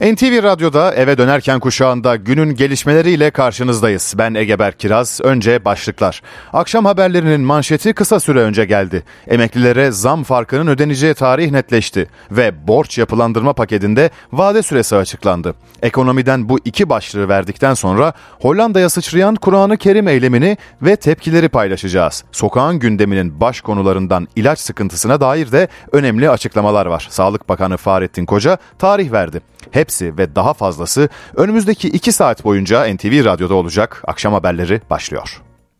NTV Radyo'da eve dönerken kuşağında günün gelişmeleriyle karşınızdayız. Ben Egeber Kiraz. Önce başlıklar. Akşam haberlerinin manşeti kısa süre önce geldi. Emeklilere zam farkının ödeneceği tarih netleşti ve borç yapılandırma paketinde vade süresi açıklandı. Ekonomiden bu iki başlığı verdikten sonra Hollanda'ya sıçrayan Kur'an-ı Kerim eylemini ve tepkileri paylaşacağız. Sokağın gündeminin baş konularından ilaç sıkıntısına dair de önemli açıklamalar var. Sağlık Bakanı Fahrettin Koca tarih verdi. Hepsi ve daha fazlası önümüzdeki 2 saat boyunca NTV Radyo'da olacak. Akşam haberleri başlıyor.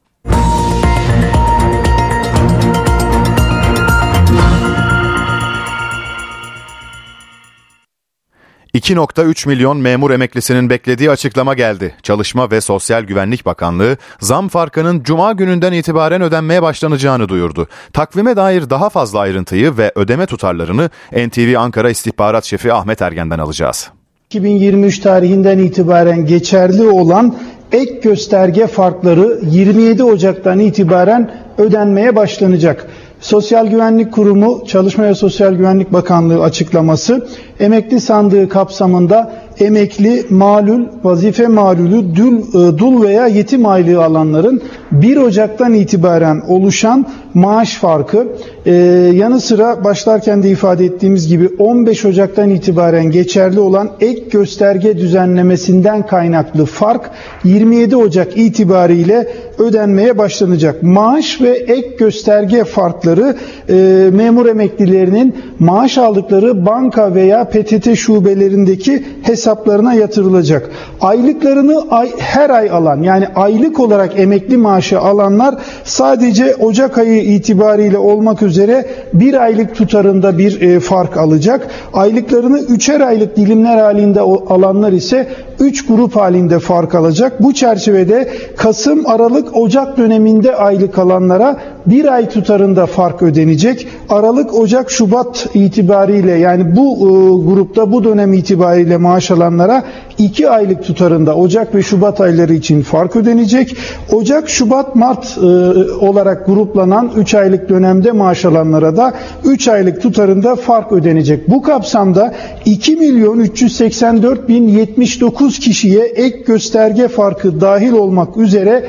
$2.3 milyon memur emeklisinin beklediği açıklama geldi. Çalışma ve Sosyal Güvenlik Bakanlığı zam farkının Cuma gününden itibaren ödenmeye başlanacağını duyurdu. Takvime dair daha fazla ayrıntıyı ve ödeme tutarlarını NTV Ankara İstihbarat Şefi Ahmet Ergen'den alacağız. 2023 tarihinden itibaren geçerli olan ek gösterge farkları 27 Ocak'tan itibaren ödenmeye başlanacak. Sosyal Güvenlik Kurumu, Çalışma ve Sosyal Güvenlik Bakanlığı açıklaması, emekli sandığı kapsamında emekli, malul, vazife malulü, dul veya yetim aylığı alanların 1 Ocak'tan itibaren oluşan maaş farkı, yanı sıra başlarken de ifade ettiğimiz gibi 15 Ocak'tan itibaren geçerli olan ek gösterge düzenlemesinden kaynaklı fark 27 Ocak itibariyle ödenmeye başlanacak. Maaş ve ek gösterge farkları memur emeklilerinin maaş aldıkları banka veya PTT şubelerindeki hesaplarına yatırılacak. Aylıklarını her ay alan, yani aylık olarak emekli maaşı alanlar sadece Ocak ayı itibariyle olmak üzere bir aylık tutarında bir fark alacak. Aylıklarını 3'er aylık dilimler halinde alanlar ise 3 grup halinde fark alacak. Bu çerçevede Kasım, Aralık, Ocak döneminde aylık alanlara bir ay tutarında fark ödenecek. Aralık, Ocak, Şubat itibariyle, yani bu grupta bu dönem itibariyle maaş alanlara 2 aylık tutarında Ocak ve Şubat ayları için fark ödenecek. Ocak, Şubat, Mart olarak gruplanan 3 aylık dönemde maaş alanlara da 3 aylık tutarında fark ödenecek. Bu kapsamda 2.384.079 kişiye ek gösterge farkı dahil olmak üzere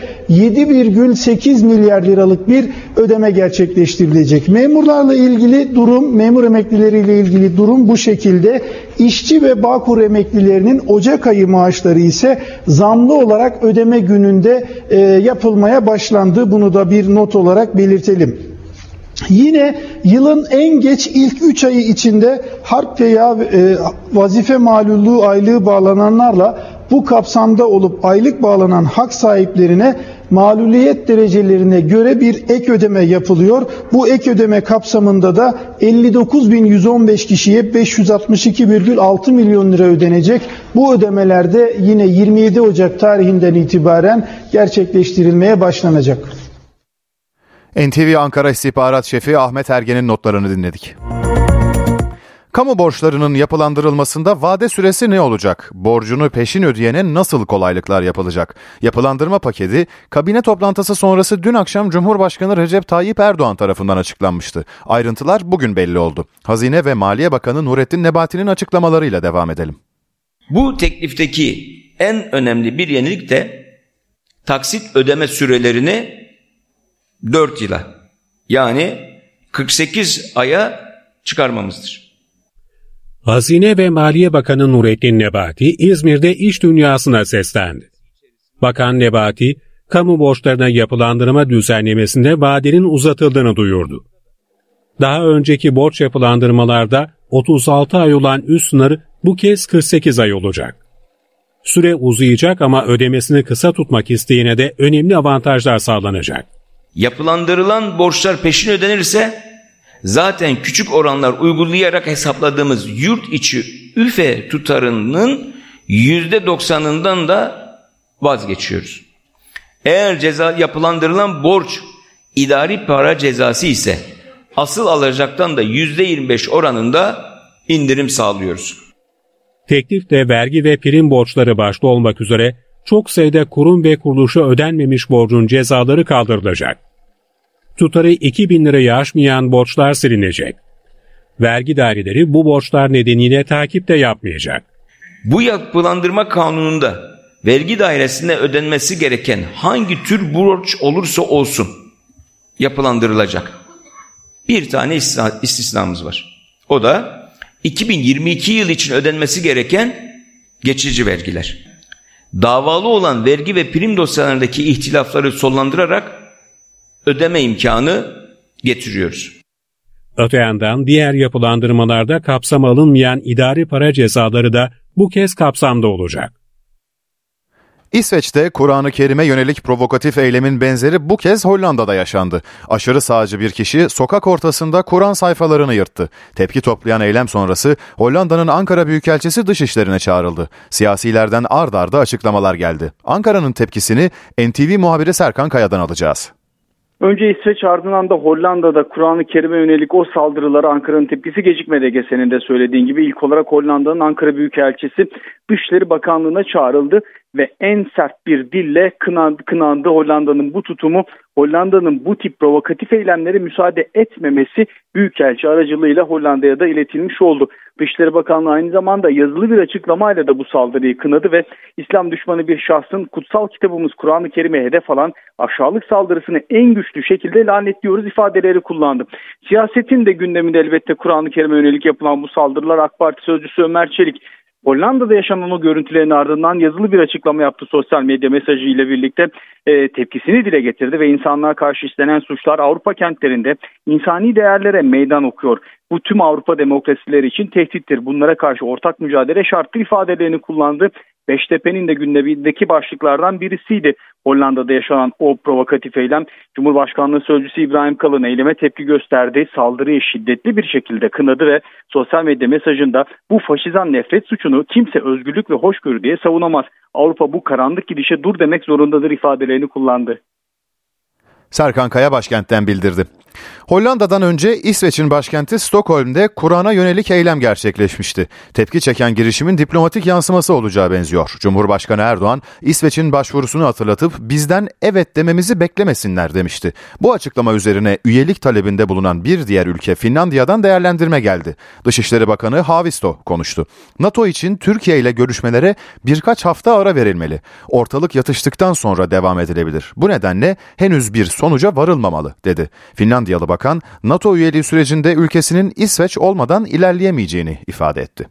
7,8 milyar liralık bir ödeme gerçekleştirilecek. Memurlarla ilgili durum, memur emeklileriyle ilgili durum bu şekilde. İşçi ve Bağkur emeklilerinin Ocak ayı maaşları ise zamlı olarak ödeme gününde yapılmaya başlandı. Bunu da bir not olarak belirtelim. Yine yılın en geç ilk 3 ayı içinde harp veya vazife malulluğu aylığı bağlananlarla bu kapsamda olup aylık bağlanan hak sahiplerine maluliyet derecelerine göre bir ek ödeme yapılıyor. Bu ek ödeme kapsamında da 59.115 kişiye 562,6 milyon lira ödenecek. Bu ödemelerde yine 27 Ocak tarihinden itibaren gerçekleştirilmeye başlanacak. NTV Ankara İstihbarat Şefi Ahmet Ergen'in notlarını dinledik. Kamu borçlarının yapılandırılmasında vade süresi ne olacak? Borcunu peşin ödeyene nasıl kolaylıklar yapılacak? Yapılandırma paketi kabine toplantısı sonrası dün akşam Cumhurbaşkanı Recep Tayyip Erdoğan tarafından açıklanmıştı. Ayrıntılar bugün belli oldu. Hazine ve Maliye Bakanı Nurettin Nebati'nin açıklamalarıyla devam edelim. Bu teklifteki en önemli bir yenilik de taksit ödeme sürelerini 4 yıla, yani 48 aya çıkarmamızdır. Hazine ve Maliye Bakanı Nurettin Nebati, İzmir'de iş dünyasına seslendi. Bakan Nebati, kamu borçlarına yapılandırma düzenlemesinde vadenin uzatıldığını duyurdu. Daha önceki borç yapılandırmalarda 36 ay olan üst sınır bu kez 48 ay olacak. Süre uzayacak ama ödemesini kısa tutmak isteyene de önemli avantajlar sağlanacak. Yapılandırılan borçlar peşin ödenirse zaten küçük oranlar uygulayarak hesapladığımız yurt içi üfe tutarının %90'ından da vazgeçiyoruz. Eğer yapılandırılan borç idari para cezası ise asıl alacaktan da %25 oranında indirim sağlıyoruz. Teklifte vergi ve prim borçları başta olmak üzere çok sayıda kurum ve kuruluşa ödenmemiş borcun cezaları kaldırılacak. Tutarı 2.000 lirayı aşmayan borçlar silinecek. Vergi daireleri bu borçlar nedeniyle takip de yapmayacak. Bu yapılandırma kanununda vergi dairesinde ödenmesi gereken hangi tür borç olursa olsun yapılandırılacak. Bir tane istisnamız var. O da 2022 yıl için ödenmesi gereken geçici vergiler. Davalı olan vergi ve prim dosyalarındaki ihtilafları sonlandırarak ödeme imkanı getiriyoruz. Öte yandan diğer yapılandırmalarda kapsama alınmayan idari para cezaları da bu kez kapsamda olacak. İsveç'te Kur'an-ı Kerim'e yönelik provokatif eylemin benzeri bu kez Hollanda'da yaşandı. Aşırı sağcı bir kişi sokak ortasında Kur'an sayfalarını yırttı. Tepki toplayan eylem sonrası Hollanda'nın Ankara Büyükelçisi dışişlerine çağrıldı. Siyasilerden ard arda açıklamalar geldi. Ankara'nın tepkisini NTV muhabiri Serkan Kaya'dan alacağız. Önce İsveç, ardından da Hollanda'da Kur'an-ı Kerim'e yönelik o saldırılara Ankara'nın tepkisi gecikmedi. Senin de söylediğin gibi ilk olarak Hollanda'nın Ankara Büyükelçisi Dışişleri Bakanlığı'na çağrıldı ve en sert bir dille kınandı Hollanda'nın bu tutumu. Hollanda'nın bu tip provokatif eylemlere müsaade etmemesi Büyükelçi aracılığıyla Hollanda'ya da iletilmiş oldu. Dışişleri Bakanlığı aynı zamanda yazılı bir açıklamayla da bu saldırıyı kınadı ve İslam düşmanı bir şahsın kutsal kitabımız Kur'an-ı Kerim'e hedef alan aşağılık saldırısını en güçlü şekilde lanetliyoruz ifadeleri kullandı. Siyasetin de gündeminde elbette Kur'an-ı Kerim'e yönelik yapılan bu saldırılar. AK Parti sözcüsü Ömer Çelik, Hollanda'da yaşanan o görüntülerin ardından yazılı bir açıklama yaptı, sosyal medya mesajı ile birlikte tepkisini dile getirdi ve insanlığa karşı işlenen suçlar Avrupa kentlerinde insani değerlere meydan okuyor. Bu tüm Avrupa demokrasileri için tehdittir. Bunlara karşı ortak mücadele şartı ifadelerini kullandı. Beştepe'nin de gündemindeki başlıklardan birisiydi Hollanda'da yaşanan o provokatif eylem. Cumhurbaşkanlığı Sözcüsü İbrahim Kalın eyleme tepki gösterdi. Saldırıyı şiddetli bir şekilde kınadı ve sosyal medya mesajında bu faşizan nefret suçunu kimse özgürlük ve hoşgörü diye savunamaz. Avrupa bu karanlık gidişe dur demek zorundadır ifadelerini kullandı. Serkan Kaya başkentten bildirdi. Hollanda'dan önce İsveç'in başkenti Stockholm'de Kur'an'a yönelik eylem gerçekleşmişti. Tepki çeken girişimin diplomatik yansıması olacağı benziyor. Cumhurbaşkanı Erdoğan, İsveç'in başvurusunu hatırlatıp bizden evet dememizi beklemesinler demişti. Bu açıklama üzerine üyelik talebinde bulunan bir diğer ülke Finlandiya'dan değerlendirme geldi. Dışişleri Bakanı Haavisto konuştu. NATO için Türkiye ile görüşmelere birkaç hafta ara verilmeli. Ortalık yatıştıktan sonra devam edilebilir. Bu nedenle henüz bir sonuca varılmamalı dedi. Finlandiyalı Bakan, NATO üyeliği sürecinde ülkesinin İsveç olmadan ilerleyemeyeceğini ifade etti.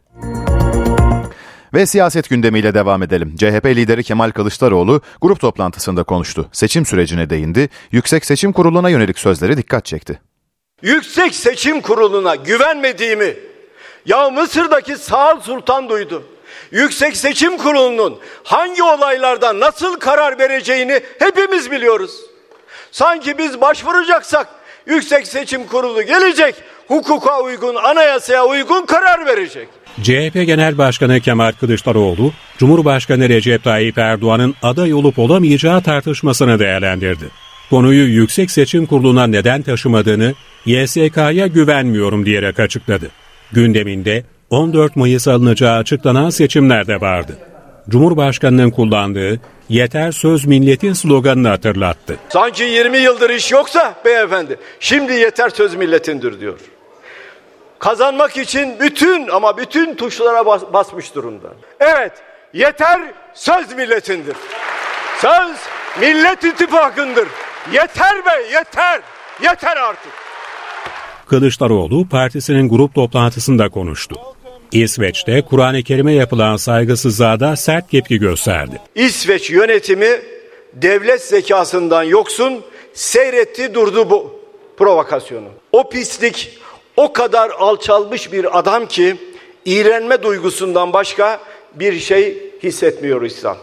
Ve siyaset gündemiyle devam edelim. CHP lideri Kemal Kılıçdaroğlu grup toplantısında konuştu. Seçim sürecine değindi. Yüksek Seçim Kurulu'na yönelik sözleri dikkat çekti. Yüksek Seçim Kurulu'na güvenmediğimi ya Mısır'daki Sağal Sultan duydu. Yüksek Seçim Kurulu'nun hangi olaylardan nasıl karar vereceğini hepimiz biliyoruz. Sanki biz başvuracaksak Yüksek Seçim Kurulu gelecek, hukuka uygun, anayasaya uygun karar verecek. CHP Genel Başkanı Kemal Kılıçdaroğlu, Cumhurbaşkanı Recep Tayyip Erdoğan'ın aday olup olamayacağı tartışmasını değerlendirdi. Konuyu Yüksek Seçim Kurulu'na neden taşımadığını, YSK'ya güvenmiyorum diyerek açıkladı. Gündeminde 14 Mayıs alınacağı açıklanan seçimler de vardı. Cumhurbaşkanının kullandığı "Yeter söz milletin" sloganını hatırlattı. Sanki 20 yıldır iş yoksa beyefendi, şimdi yeter söz milletindir diyor. Kazanmak için bütün tuşlara basmış durumda. Evet, yeter söz milletindir. Söz Millet İttifakı'ndır. Yeter be, yeter. Yeter artık. Kılıçdaroğlu partisinin grup toplantısında konuştu. İsveç'te Kur'an-ı Kerim'e yapılan saygısızlığa da sert tepki gösterdi. İsveç yönetimi devlet zekasından yoksun seyretti durdu bu provokasyonu. O pislik o kadar alçalmış bir adam ki iğrenme duygusundan başka bir şey hissetmiyor İslam.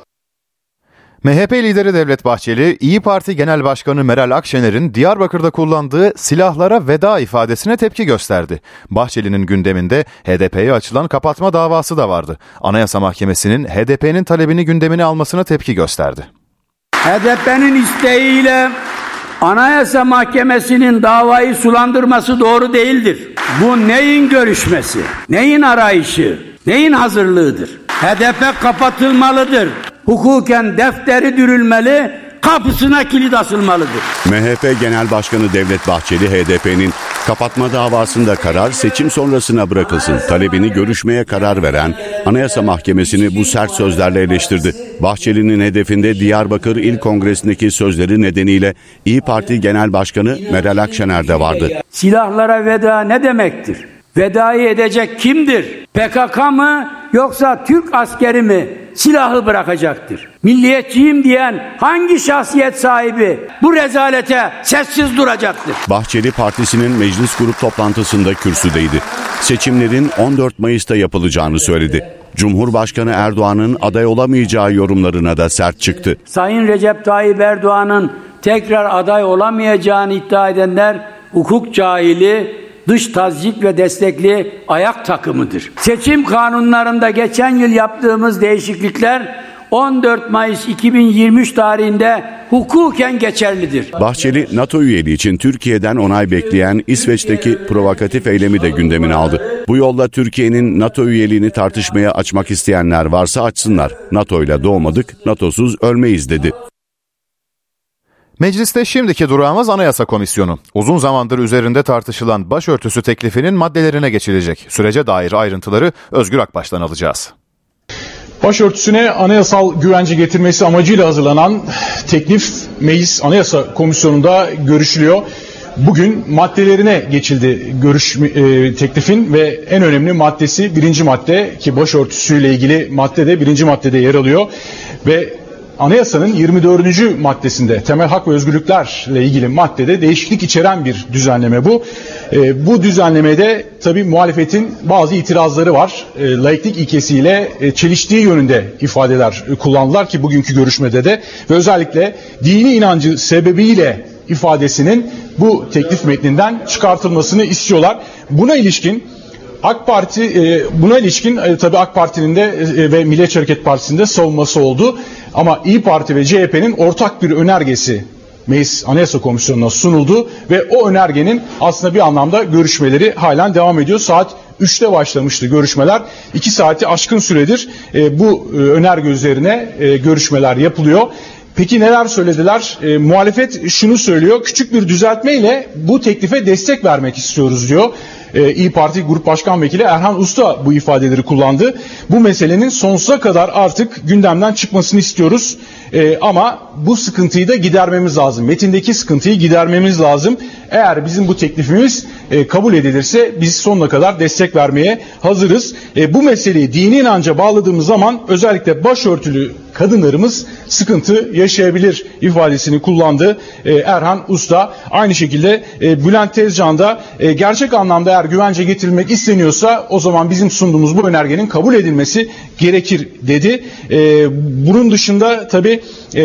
MHP lideri Devlet Bahçeli, İYİ Parti Genel Başkanı Meral Akşener'in Diyarbakır'da kullandığı "silahlara veda" ifadesine tepki gösterdi. Bahçeli'nin gündeminde HDP'ye açılan kapatma davası da vardı. Anayasa Mahkemesi'nin HDP'nin talebini gündemine almasına tepki gösterdi. HDP'nin isteğiyle Anayasa Mahkemesi'nin davayı sulandırması doğru değildir. Bu neyin görüşmesi, neyin arayışı, neyin hazırlığıdır? HDP kapatılmalıdır. Hukuken defteri dürülmeli, kapısına kilit asılmalıdır. MHP Genel Başkanı Devlet Bahçeli, HDP'nin kapatma davasında karar seçim sonrasına bırakılsın talebini görüşmeye karar veren Anayasa Mahkemesi'ni bu sert sözlerle eleştirdi. Bahçeli'nin hedefinde Diyarbakır İl Kongresi'ndeki sözleri nedeniyle İYİ Parti Genel Başkanı Meral Akşener de vardı. Silahlara veda ne demektir? Vedayı edecek kimdir? PKK mı yoksa Türk askeri mi silahı bırakacaktır? Milliyetçiyim diyen hangi şahsiyet sahibi bu rezalete sessiz duracaktır? Bahçeli partisinin meclis grup toplantısında kürsüdeydi. Seçimlerin 14 Mayıs'ta yapılacağını söyledi. Cumhurbaşkanı Erdoğan'ın aday olamayacağı yorumlarına da sert çıktı. Sayın Recep Tayyip Erdoğan'ın tekrar aday olamayacağını iddia edenler hukuk cahili, dış tazyik ve destekli ayak takımıdır. Seçim kanunlarında geçen yıl yaptığımız değişiklikler 14 Mayıs 2023 tarihinde hukuken geçerlidir. Bahçeli, NATO üyeliği için Türkiye'den onay bekleyen İsveç'teki provokatif eylemi de gündemine aldı. Bu yolla Türkiye'nin NATO üyeliğini tartışmaya açmak isteyenler varsa açsınlar. NATO ile doğmadık, NATO'suz ölmeyiz dedi. Mecliste şimdiki durağımız Anayasa Komisyonu. Uzun zamandır üzerinde tartışılan başörtüsü teklifinin maddelerine geçilecek. Sürece dair ayrıntıları Özgür Akbaş'tan alacağız. Başörtüsüne anayasal güvence getirmesi amacıyla hazırlanan teklif Meclis Anayasa Komisyonu'nda görüşülüyor. Bugün maddelerine geçildi teklifin ve en önemli maddesi 1. madde ki başörtüsüyle ilgili madde de 1. maddede yer alıyor ve Anayasanın 24. maddesinde temel hak ve özgürlüklerle ilgili maddede değişiklik içeren bir düzenleme bu. Bu düzenlemede tabii muhalefetin bazı itirazları var. Laiklik ilkesiyle çeliştiği yönünde ifadeler kullandılar ki bugünkü görüşmede de ve özellikle dini inancı sebebiyle ifadesinin bu teklif metninden çıkartılmasını istiyorlar. Buna ilişkin tabii AK Parti'nin de ve Milliyetçi Hareket Partisi'nin de savunması oldu. Ama İYİ Parti ve CHP'nin ortak bir önergesi Meclis Anayasa Komisyonu'na sunuldu ve o önergenin aslında bir anlamda görüşmeleri halen devam ediyor. Saat 3'te başlamıştı görüşmeler. 2 saati aşkın süredir bu önerge üzerine görüşmeler yapılıyor. Peki neler söylediler? Muhalefet şunu söylüyor. Küçük bir düzeltmeyle bu teklife destek vermek istiyoruz diyor. İYİ Parti Grup Başkan Vekili Erhan Usta bu ifadeleri kullandı. Bu meselenin sonsuza kadar artık gündemden çıkmasını istiyoruz. Ama bu sıkıntıyı da gidermemiz lazım. Metindeki sıkıntıyı gidermemiz lazım. Eğer bizim bu teklifimiz kabul edilirse biz sonuna kadar destek vermeye hazırız. Bu meseleyi dini inanca bağladığımız zaman özellikle başörtülü kadınlarımız sıkıntı yaşayabilir ifadesini kullandı Erhan Usta. Aynı şekilde Bülent Tezcan da gerçek anlamda eğer güvence getirilmek isteniyorsa o zaman bizim sunduğumuz bu önergenin kabul edilmesi gerekir dedi. Bunun dışında tabii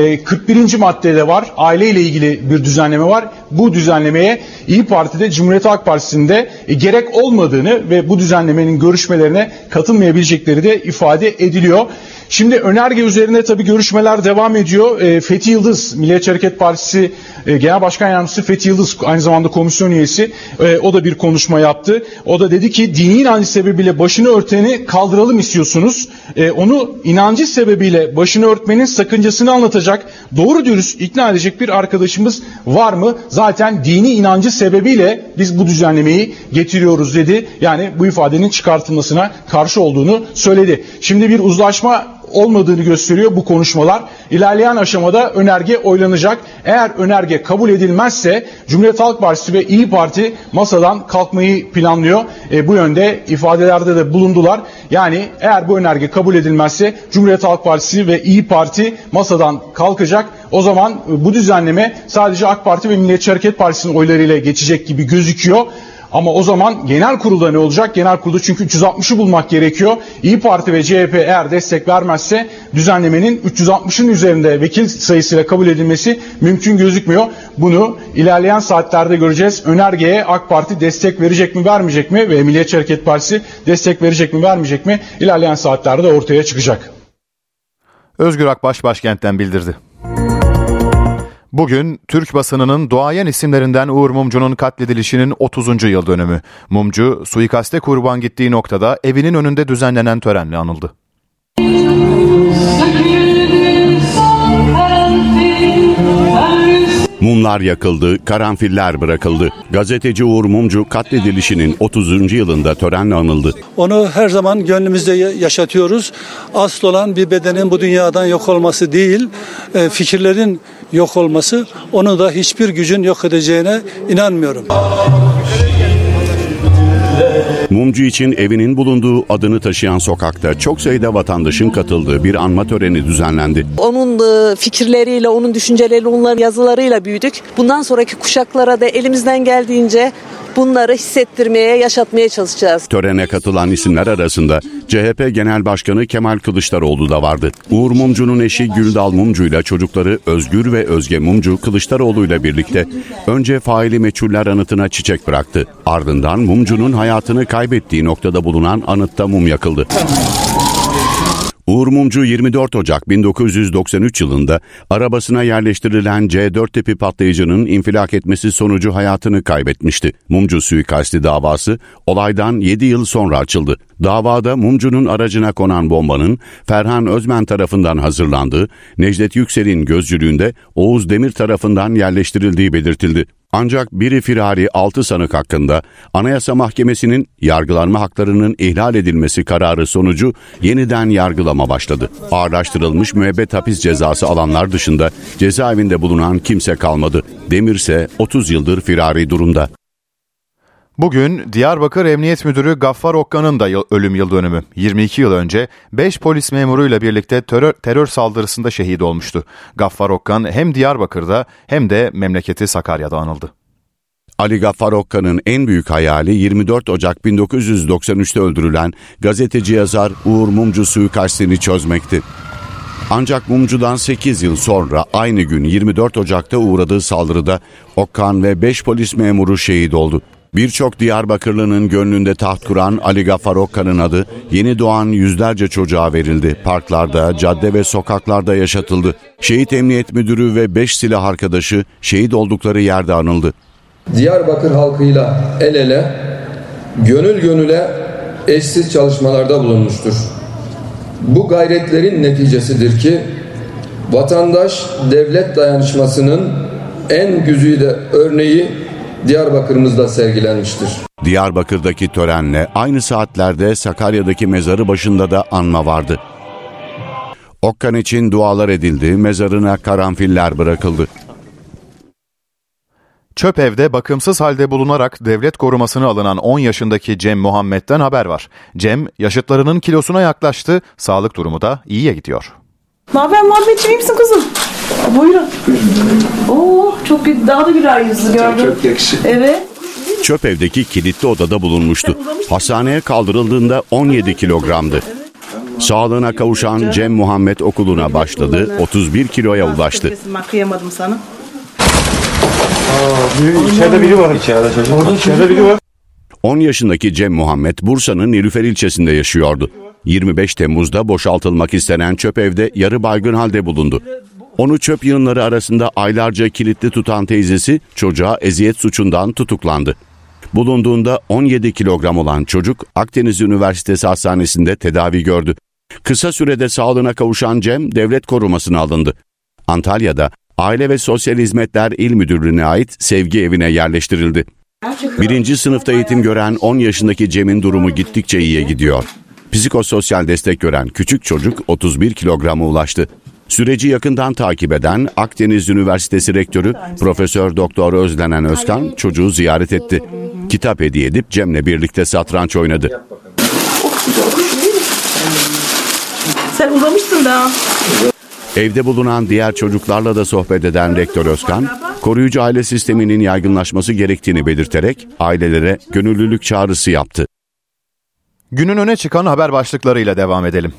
41. maddede var. Aile ile ilgili bir düzenleme var. Bu düzenlemeye İYİ Parti'de, Cumhuriyet Halk Partisi'nde gerek olmadığını ve bu düzenlemenin görüşmelerine katılmayabilecekleri de ifade ediliyor. Şimdi önerge üzerine tabii görüşmeler devam ediyor. Fethi Yıldız, Milliyetçi Hareket Partisi Genel Başkan Yardımcısı Fethi Yıldız aynı zamanda komisyon üyesi. O da bir konuşma yaptı. O da dedi ki dini inancı sebebiyle başını örteni kaldıralım istiyorsunuz. Onu inancı sebebiyle başını örtmenin sakıncasını anlatacak, doğru dürüst ikna edecek bir arkadaşımız var mı? Zaten dini inancı sebebiyle biz bu düzenlemeyi getiriyoruz dedi. Yani bu ifadenin çıkartılmasına karşı olduğunu söyledi. Şimdi bir uzlaşma olmadığını gösteriyor bu konuşmalar. İlerleyen aşamada önerge oylanacak. Eğer önerge kabul edilmezse Cumhuriyet Halk Partisi ve İYİ Parti masadan kalkmayı planlıyor. Bu yönde ifadelerde de bulundular. Yani eğer bu önerge kabul edilmezse Cumhuriyet Halk Partisi ve İYİ Parti masadan kalkacak. O zaman bu düzenleme sadece AK Parti ve Milliyetçi Hareket Partisi'nin oylarıyla geçecek gibi gözüküyor. Ama o zaman genel kurulda ne olacak? Genel kurulda çünkü 360'ı bulmak gerekiyor. İYİ Parti ve CHP eğer destek vermezse düzenlemenin 360'ın üzerinde vekil sayısıyla kabul edilmesi mümkün gözükmüyor. Bunu ilerleyen saatlerde göreceğiz. Önergeye AK Parti destek verecek mi, vermeyecek mi ve Milliyetçi Hareket Partisi destek verecek mi, vermeyecek mi? İlerleyen saatlerde ortaya çıkacak. Özgür Akbaş başkentten bildirdi. Bugün Türk basınının duayen isimlerinden Uğur Mumcu'nun katledilişinin 30. yıl dönümü. Mumcu, suikaste kurban gittiği noktada evinin önünde düzenlenen törenle anıldı. Mumlar yakıldı, karanfiller bırakıldı. Gazeteci Uğur Mumcu katledilişinin 30. yılında törenle anıldı. Onu her zaman gönlümüzde yaşatıyoruz. Asıl olan bir bedenin bu dünyadan yok olması değil, fikirlerin yok olması. Onu da hiçbir gücün yok edeceğine inanmıyorum. Mumcu için evinin bulunduğu adını taşıyan sokakta çok sayıda vatandaşın katıldığı bir anma töreni düzenlendi. Onun fikirleriyle, onun düşünceleriyle, onların yazılarıyla büyüdük. Bundan sonraki kuşaklara da elimizden geldiğince bunları hissettirmeye, yaşatmaya çalışacağız. Törene katılan isimler arasında CHP Genel Başkanı Kemal Kılıçdaroğlu da vardı. Uğur Mumcu'nun eşi Güldal Mumcu ile çocukları Özgür ve Özge Mumcu Kılıçdaroğlu ile birlikte önce faili meçhuller anıtına çiçek bıraktı. Ardından Mumcu'nun hayatını kaybettiği noktada bulunan anıtta mum yakıldı. Uğur Mumcu 24 Ocak 1993 yılında arabasına yerleştirilen C4 tipi patlayıcının infilak etmesi sonucu hayatını kaybetmişti. Mumcu suikasti davası olaydan 7 yıl sonra açıldı. Davada Mumcu'nun aracına konan bombanın Ferhan Özmen tarafından hazırlandığı, Necdet Yüksel'in gözcülüğünde Oğuz Demir tarafından yerleştirildiği belirtildi. Ancak biri firari 6 sanık hakkında Anayasa Mahkemesi'nin yargılanma haklarının ihlal edilmesi kararı sonucu yeniden yargılama başladı. Ağırlaştırılmış müebbet hapis cezası alanlar dışında cezaevinde bulunan kimse kalmadı. Demir ise 30 yıldır firari durumda. Bugün Diyarbakır Emniyet Müdürü Gaffar Okkan'ın da ölüm yıl dönümü. 22 yıl önce 5 polis memuruyla birlikte terör saldırısında şehit olmuştu. Gaffar Okkan hem Diyarbakır'da hem de memleketi Sakarya'da anıldı. Ali Gaffar Okkan'ın en büyük hayali 24 Ocak 1993'te öldürülen gazeteci yazar Uğur Mumcu suikastini çözmekti. Ancak Mumcu'dan 8 yıl sonra aynı gün 24 Ocak'ta uğradığı saldırıda Okkan ve 5 polis memuru şehit oldu. Birçok Diyarbakırlı'nın gönlünde taht kuran Ali Gaffar Okkan'ın adı yeni doğan yüzlerce çocuğa verildi. Parklarda, cadde ve sokaklarda yaşatıldı. Şehit Emniyet Müdürü ve 5 silah arkadaşı şehit oldukları yerde anıldı. Diyarbakır halkıyla el ele, gönül gönüle eşsiz çalışmalarda bulunmuştur. Bu gayretlerin neticesidir ki vatandaş devlet dayanışmasının en güzide örneği Diyarbakır'ımızda sergilenmiştir. Diyarbakır'daki törenle aynı saatlerde Sakarya'daki mezarı başında da anma vardı. Okkan için dualar edildi, mezarına karanfiller bırakıldı. Çöpev'de bakımsız halde bulunarak devlet korumasına alınan 10 yaşındaki Cem Muhammed'den haber var. Cem, yaşıtlarının kilosuna yaklaştı, sağlık durumu da iyiye gidiyor. Ne haber Muhammedciğim, iyi misin kızım? Buyurun. Oo, çok daha da güler yüzlü gördüm. Çok yakışıklı. Evet. Çöpev'deki kilitli odada bulunmuştu. Hastaneye kaldırıldığında 17 kilogramdı. Sağlığına kavuşan Cem Muhammed okuluna başladı, 31 kiloya ulaştı. Ben kıyamadım sana. İçeride biri var. İçeride biri var. 10 yaşındaki Cem Muhammed Bursa'nın Nilüfer ilçesinde yaşıyordu. 25 Temmuz'da boşaltılmak istenen çöpevde yarı baygın halde bulundu. Onu çöp yığınları arasında aylarca kilitli tutan teyzesi çocuğa eziyet suçundan tutuklandı. Bulunduğunda 17 kilogram olan çocuk Akdeniz Üniversitesi Hastanesi'nde tedavi gördü. Kısa sürede sağlığına kavuşan Cem devlet korumasına alındı. Antalya'da Aile ve Sosyal Hizmetler İl Müdürlüğü'ne ait sevgi evine yerleştirildi. 1. sınıfta eğitim gören 10 yaşındaki Cem'in durumu gittikçe iyiye gidiyor. Psikososyal destek gören küçük çocuk 31 kilograma ulaştı. Süreci yakından takip eden Akdeniz Üniversitesi Rektörü Profesör Doktor Özlenen Özkan çocuğu ziyaret etti. Kitap hediye edip Cem'le birlikte satranç oynadı. Sen uzamışsın daha. Evde bulunan diğer çocuklarla da sohbet eden Rektör Özkan, koruyucu aile sisteminin yaygınlaşması gerektiğini belirterek ailelere gönüllülük çağrısı yaptı. Günün öne çıkan haber başlıklarıyla devam edelim.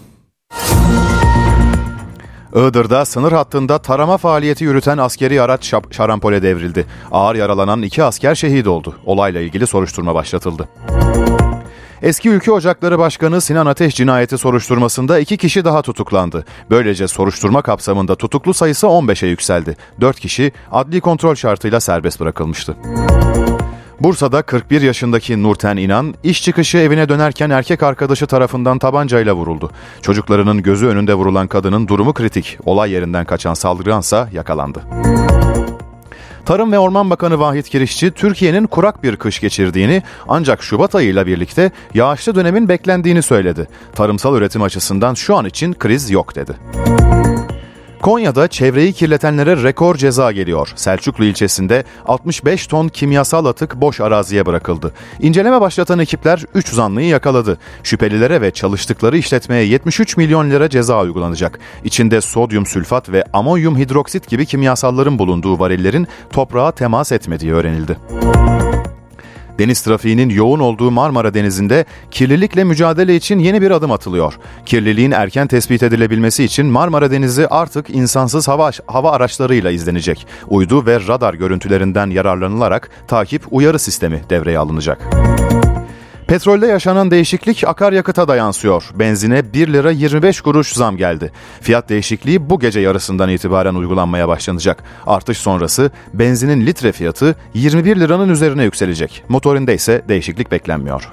Iğdır'da sınır hattında tarama faaliyeti yürüten askeri araç şarampole devrildi. Ağır yaralanan 2 asker şehit oldu. Olayla ilgili soruşturma başlatıldı. Eski Ülke Ocakları Başkanı Sinan Ateş cinayeti soruşturmasında 2 kişi daha tutuklandı. Böylece soruşturma kapsamında tutuklu sayısı 15'e yükseldi. 4 kişi adli kontrol şartıyla serbest bırakılmıştı. Bursa'da 41 yaşındaki Nurten İnan, iş çıkışı evine dönerken erkek arkadaşı tarafından tabancayla vuruldu. Çocuklarının gözü önünde vurulan kadının durumu kritik. Olay yerinden kaçan saldırgansa yakalandı. Tarım ve Orman Bakanı Vahit Kirişçi, Türkiye'nin kurak bir kış geçirdiğini ancak Şubat ayıyla birlikte yağışlı dönemin beklendiğini söyledi. Tarımsal üretim açısından şu an için kriz yok dedi. Konya'da çevreyi kirletenlere rekor ceza geliyor. Selçuklu ilçesinde 65 ton kimyasal atık boş araziye bırakıldı. İnceleme başlatan ekipler 3 zanlıyı yakaladı. Şüphelilere ve çalıştıkları işletmeye 73 milyon lira ceza uygulanacak. İçinde sodyum sülfat ve amonyum hidroksit gibi kimyasalların bulunduğu varillerin toprağa temas etmediği öğrenildi. Deniz trafiğinin yoğun olduğu Marmara Denizi'nde kirlilikle mücadele için yeni bir adım atılıyor. Kirliliğin erken tespit edilebilmesi için Marmara Denizi artık insansız hava araçlarıyla izlenecek. Uydu ve radar görüntülerinden yararlanılarak takip uyarı sistemi devreye alınacak. Petrolde yaşanan değişiklik akaryakıta da yansıyor. Benzine 1 lira 25 kuruş zam geldi. Fiyat değişikliği bu gece yarısından itibaren uygulanmaya başlanacak. Artış sonrası benzinin litre fiyatı 21 liranın üzerine yükselecek. Motorinde ise değişiklik beklenmiyor.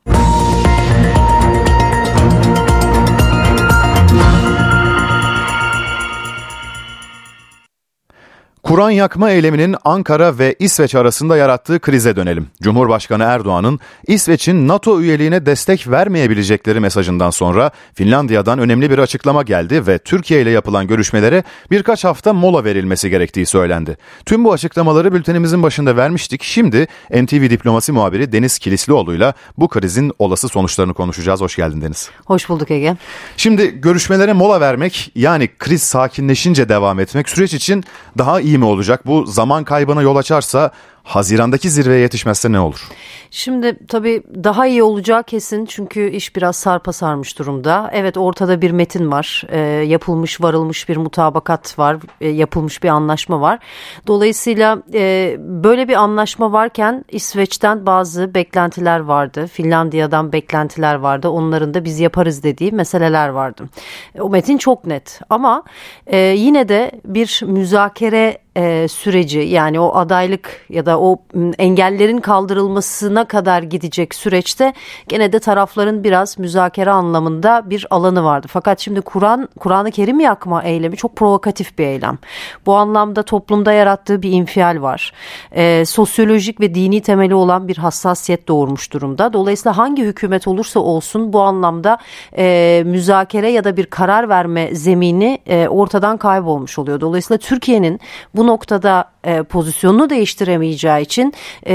Kur'an yakma eyleminin Ankara ve İsveç arasında yarattığı krize dönelim. Cumhurbaşkanı Erdoğan'ın İsveç'in NATO üyeliğine destek vermeyebilecekleri mesajından sonra Finlandiya'dan önemli bir açıklama geldi ve Türkiye ile yapılan görüşmelere birkaç hafta mola verilmesi gerektiği söylendi. Tüm bu açıklamaları bültenimizin başında vermiştik. Şimdi NTV Diplomasi muhabiri Deniz Kilislioğlu'yla bu krizin olası sonuçlarını konuşacağız. Hoş geldin Deniz. Hoş bulduk Ege. Şimdi görüşmelere mola vermek, yani kriz sakinleşince devam etmek süreç için daha iyi mi olacak? Bu zaman kaybına yol açarsa Haziran'daki zirveye yetişmezse ne olur? Şimdi tabii daha iyi olacağı kesin, çünkü iş biraz sarpa sarmış durumda. Evet, ortada bir metin var, yapılmış, varılmış bir mutabakat var, yapılmış bir anlaşma var. Dolayısıyla böyle bir anlaşma varken İsveç'ten bazı beklentiler vardı, Finlandiya'dan beklentiler vardı. Onların da biz yaparız dediği meseleler vardı. O metin çok net ama yine de bir müzakere süreci, yani o adaylık ya da o engellerin kaldırılmasına kadar gidecek süreçte gene de tarafların biraz müzakere anlamında bir alanı vardı. Fakat şimdi Kur'an-ı Kerim yakma eylemi çok provokatif bir eylem. Bu anlamda toplumda yarattığı bir infial var. Sosyolojik ve dini temeli olan bir hassasiyet doğurmuş durumda. Dolayısıyla hangi hükümet olursa olsun bu anlamda müzakere ya da bir karar verme zemini ortadan kaybolmuş oluyor. Dolayısıyla Türkiye'nin bu noktada pozisyonunu değiştiremeyeceği için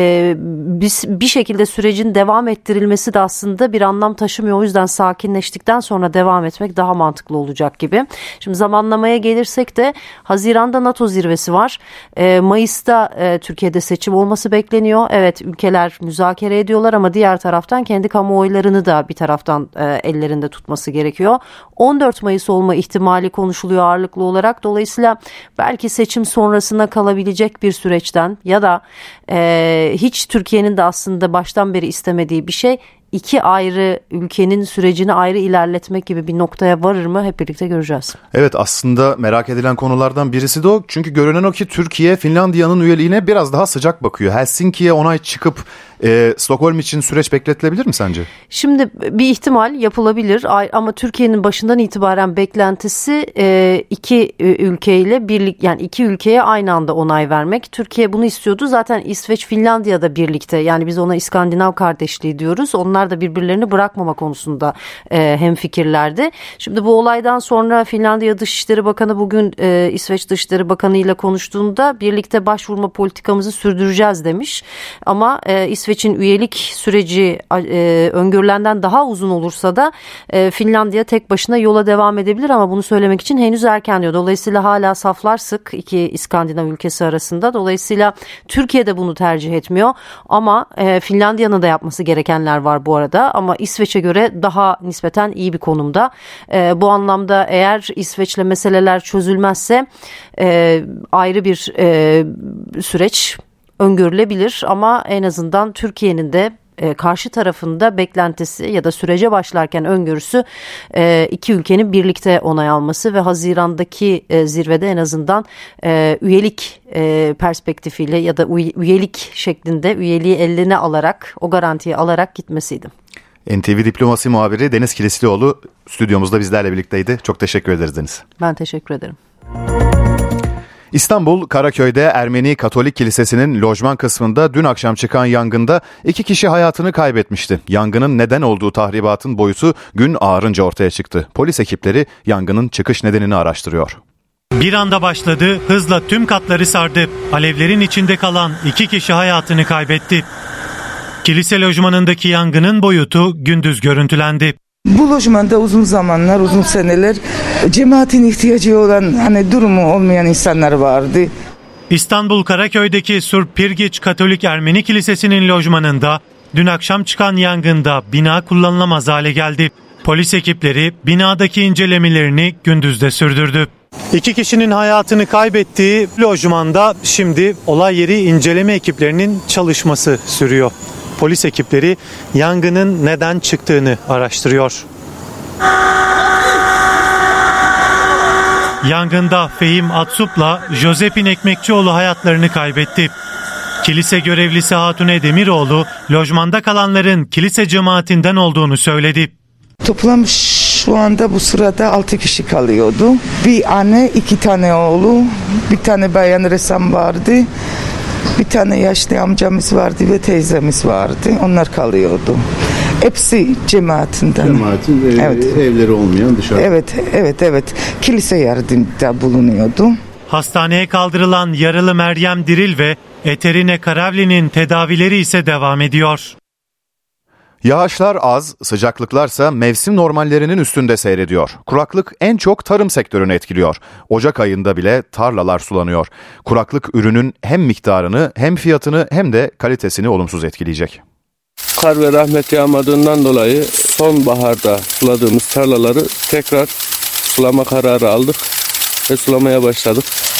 bir şekilde sürecin devam ettirilmesi de aslında bir anlam taşımıyor. O yüzden sakinleştikten sonra devam etmek daha mantıklı olacak gibi. Şimdi zamanlamaya gelirsek de Haziran'da NATO zirvesi var. Mayıs'ta Türkiye'de seçim olması bekleniyor. Evet, ülkeler müzakere ediyorlar ama diğer taraftan kendi kamuoylarını da bir taraftan ellerinde tutması gerekiyor. 14 Mayıs olma ihtimali konuşuluyor ağırlıklı olarak. Dolayısıyla belki seçim sonrasına kalabilecek bir süreçten ya da hiç Türkiye'nin de aslında baştan beri istemediği bir şey, iki ayrı ülkenin sürecini ayrı ilerletmek gibi bir noktaya varır mı, hep birlikte göreceğiz. Evet, aslında merak edilen konulardan birisi de o. Çünkü görünen o ki Türkiye Finlandiya'nın üyeliğine biraz daha sıcak bakıyor. Helsinki'ye onay çıkıp Stockholm için süreç bekletilebilir mi sence? Şimdi bir ihtimal yapılabilir ama Türkiye'nin başından itibaren beklentisi iki ülkeyle birlik, yani iki ülkeye aynı anda onay vermek. Türkiye bunu istiyordu. Zaten İsveç, Finlandiya da birlikte, yani biz ona İskandinav kardeşliği diyoruz. Onlar da birbirlerini bırakmama konusunda hemfikirlerdi. Şimdi bu olaydan sonra Finlandiya Dışişleri Bakanı bugün İsveç Dışişleri Bakanı ile konuştuğunda birlikte başvurma politikamızı sürdüreceğiz demiş. Ama İsveç'in üyelik süreci öngörülenden daha uzun olursa da Finlandiya tek başına yola devam edebilir ama bunu söylemek için henüz erken diyor. Dolayısıyla hala saflar sık iki İskandinav ülkesi arasında. Dolayısıyla Türkiye de bunu tercih etmiyor ama Finlandiya'nın da yapması gerekenler var bu arada, ama İsveç'e göre daha nispeten iyi bir konumda. Bu anlamda eğer İsveç'le meseleler çözülmezse ayrı bir süreç öngörülebilir ama en azından Türkiye'nin de karşı tarafında beklentisi ya da sürece başlarken öngörüsü iki ülkenin birlikte onay alması ve Haziran'daki zirvede en azından üyelik perspektifiyle ya da üyelik şeklinde üyeliği eline alarak, o garantiyi alarak gitmesiydi. NTV Diplomasi muhabiri Deniz Kilislioğlu stüdyomuzda bizlerle birlikteydi. Çok teşekkür ederiz Deniz. Ben teşekkür ederim. İstanbul Karaköy'de Ermeni Katolik Kilisesi'nin lojman kısmında dün akşam çıkan yangında 2 kişi hayatını kaybetmişti. Yangının neden olduğu tahribatın boyutu gün ağarınca ortaya çıktı. Polis ekipleri yangının çıkış nedenini araştırıyor. Bir anda başladı, hızla tüm katları sardı. Alevlerin içinde kalan 2 kişi hayatını kaybetti. Kilise lojmanındaki yangının boyutu gündüz görüntülendi. Bu lojmanda uzun seneler cemaatin ihtiyacı olan durumu olmayan insanlar vardı. İstanbul Karaköy'deki Surp Pirgiç Katolik Ermeni Kilisesi'nin lojmanında dün akşam çıkan yangında bina kullanılamaz hale geldi. Polis ekipleri binadaki incelemelerini gündüzde sürdürdü. 2 kişinin hayatını kaybettiği lojmanda şimdi olay yeri inceleme ekiplerinin çalışması sürüyor. Polis ekipleri yangının neden çıktığını araştırıyor. Yangında Fehim Atsup'la Josepin Ekmekçioğlu hayatlarını kaybetti. Kilise görevlisi Hatune Demiroğlu, lojmanda kalanların kilise cemaatinden olduğunu söyledi. Toplam şu anda bu sırada 6 kişi kalıyordu. Bir anne, 2 tane oğlu, bir tane bayan ressam vardı. Bir tane yaşlı amcamız vardı ve teyzemiz vardı. Onlar kalıyordu. Hepsi cemaatinden. Cemaatin evleri olmayan dışarıda. Evet. Kilise yardımda bulunuyordu. Hastaneye kaldırılan yaralı Meryem Diril ve Eterine Karavli'nin tedavileri ise devam ediyor. Yağışlar az, sıcaklıklarsa mevsim normallerinin üstünde seyrediyor. Kuraklık en çok tarım sektörünü etkiliyor. Ocak ayında bile tarlalar sulanıyor. Kuraklık ürünün hem miktarını hem fiyatını hem de kalitesini olumsuz etkileyecek. Kar ve rahmet yağmadığından dolayı sonbaharda suladığımız tarlaları tekrar sulama kararı aldık ve sulamaya başladık.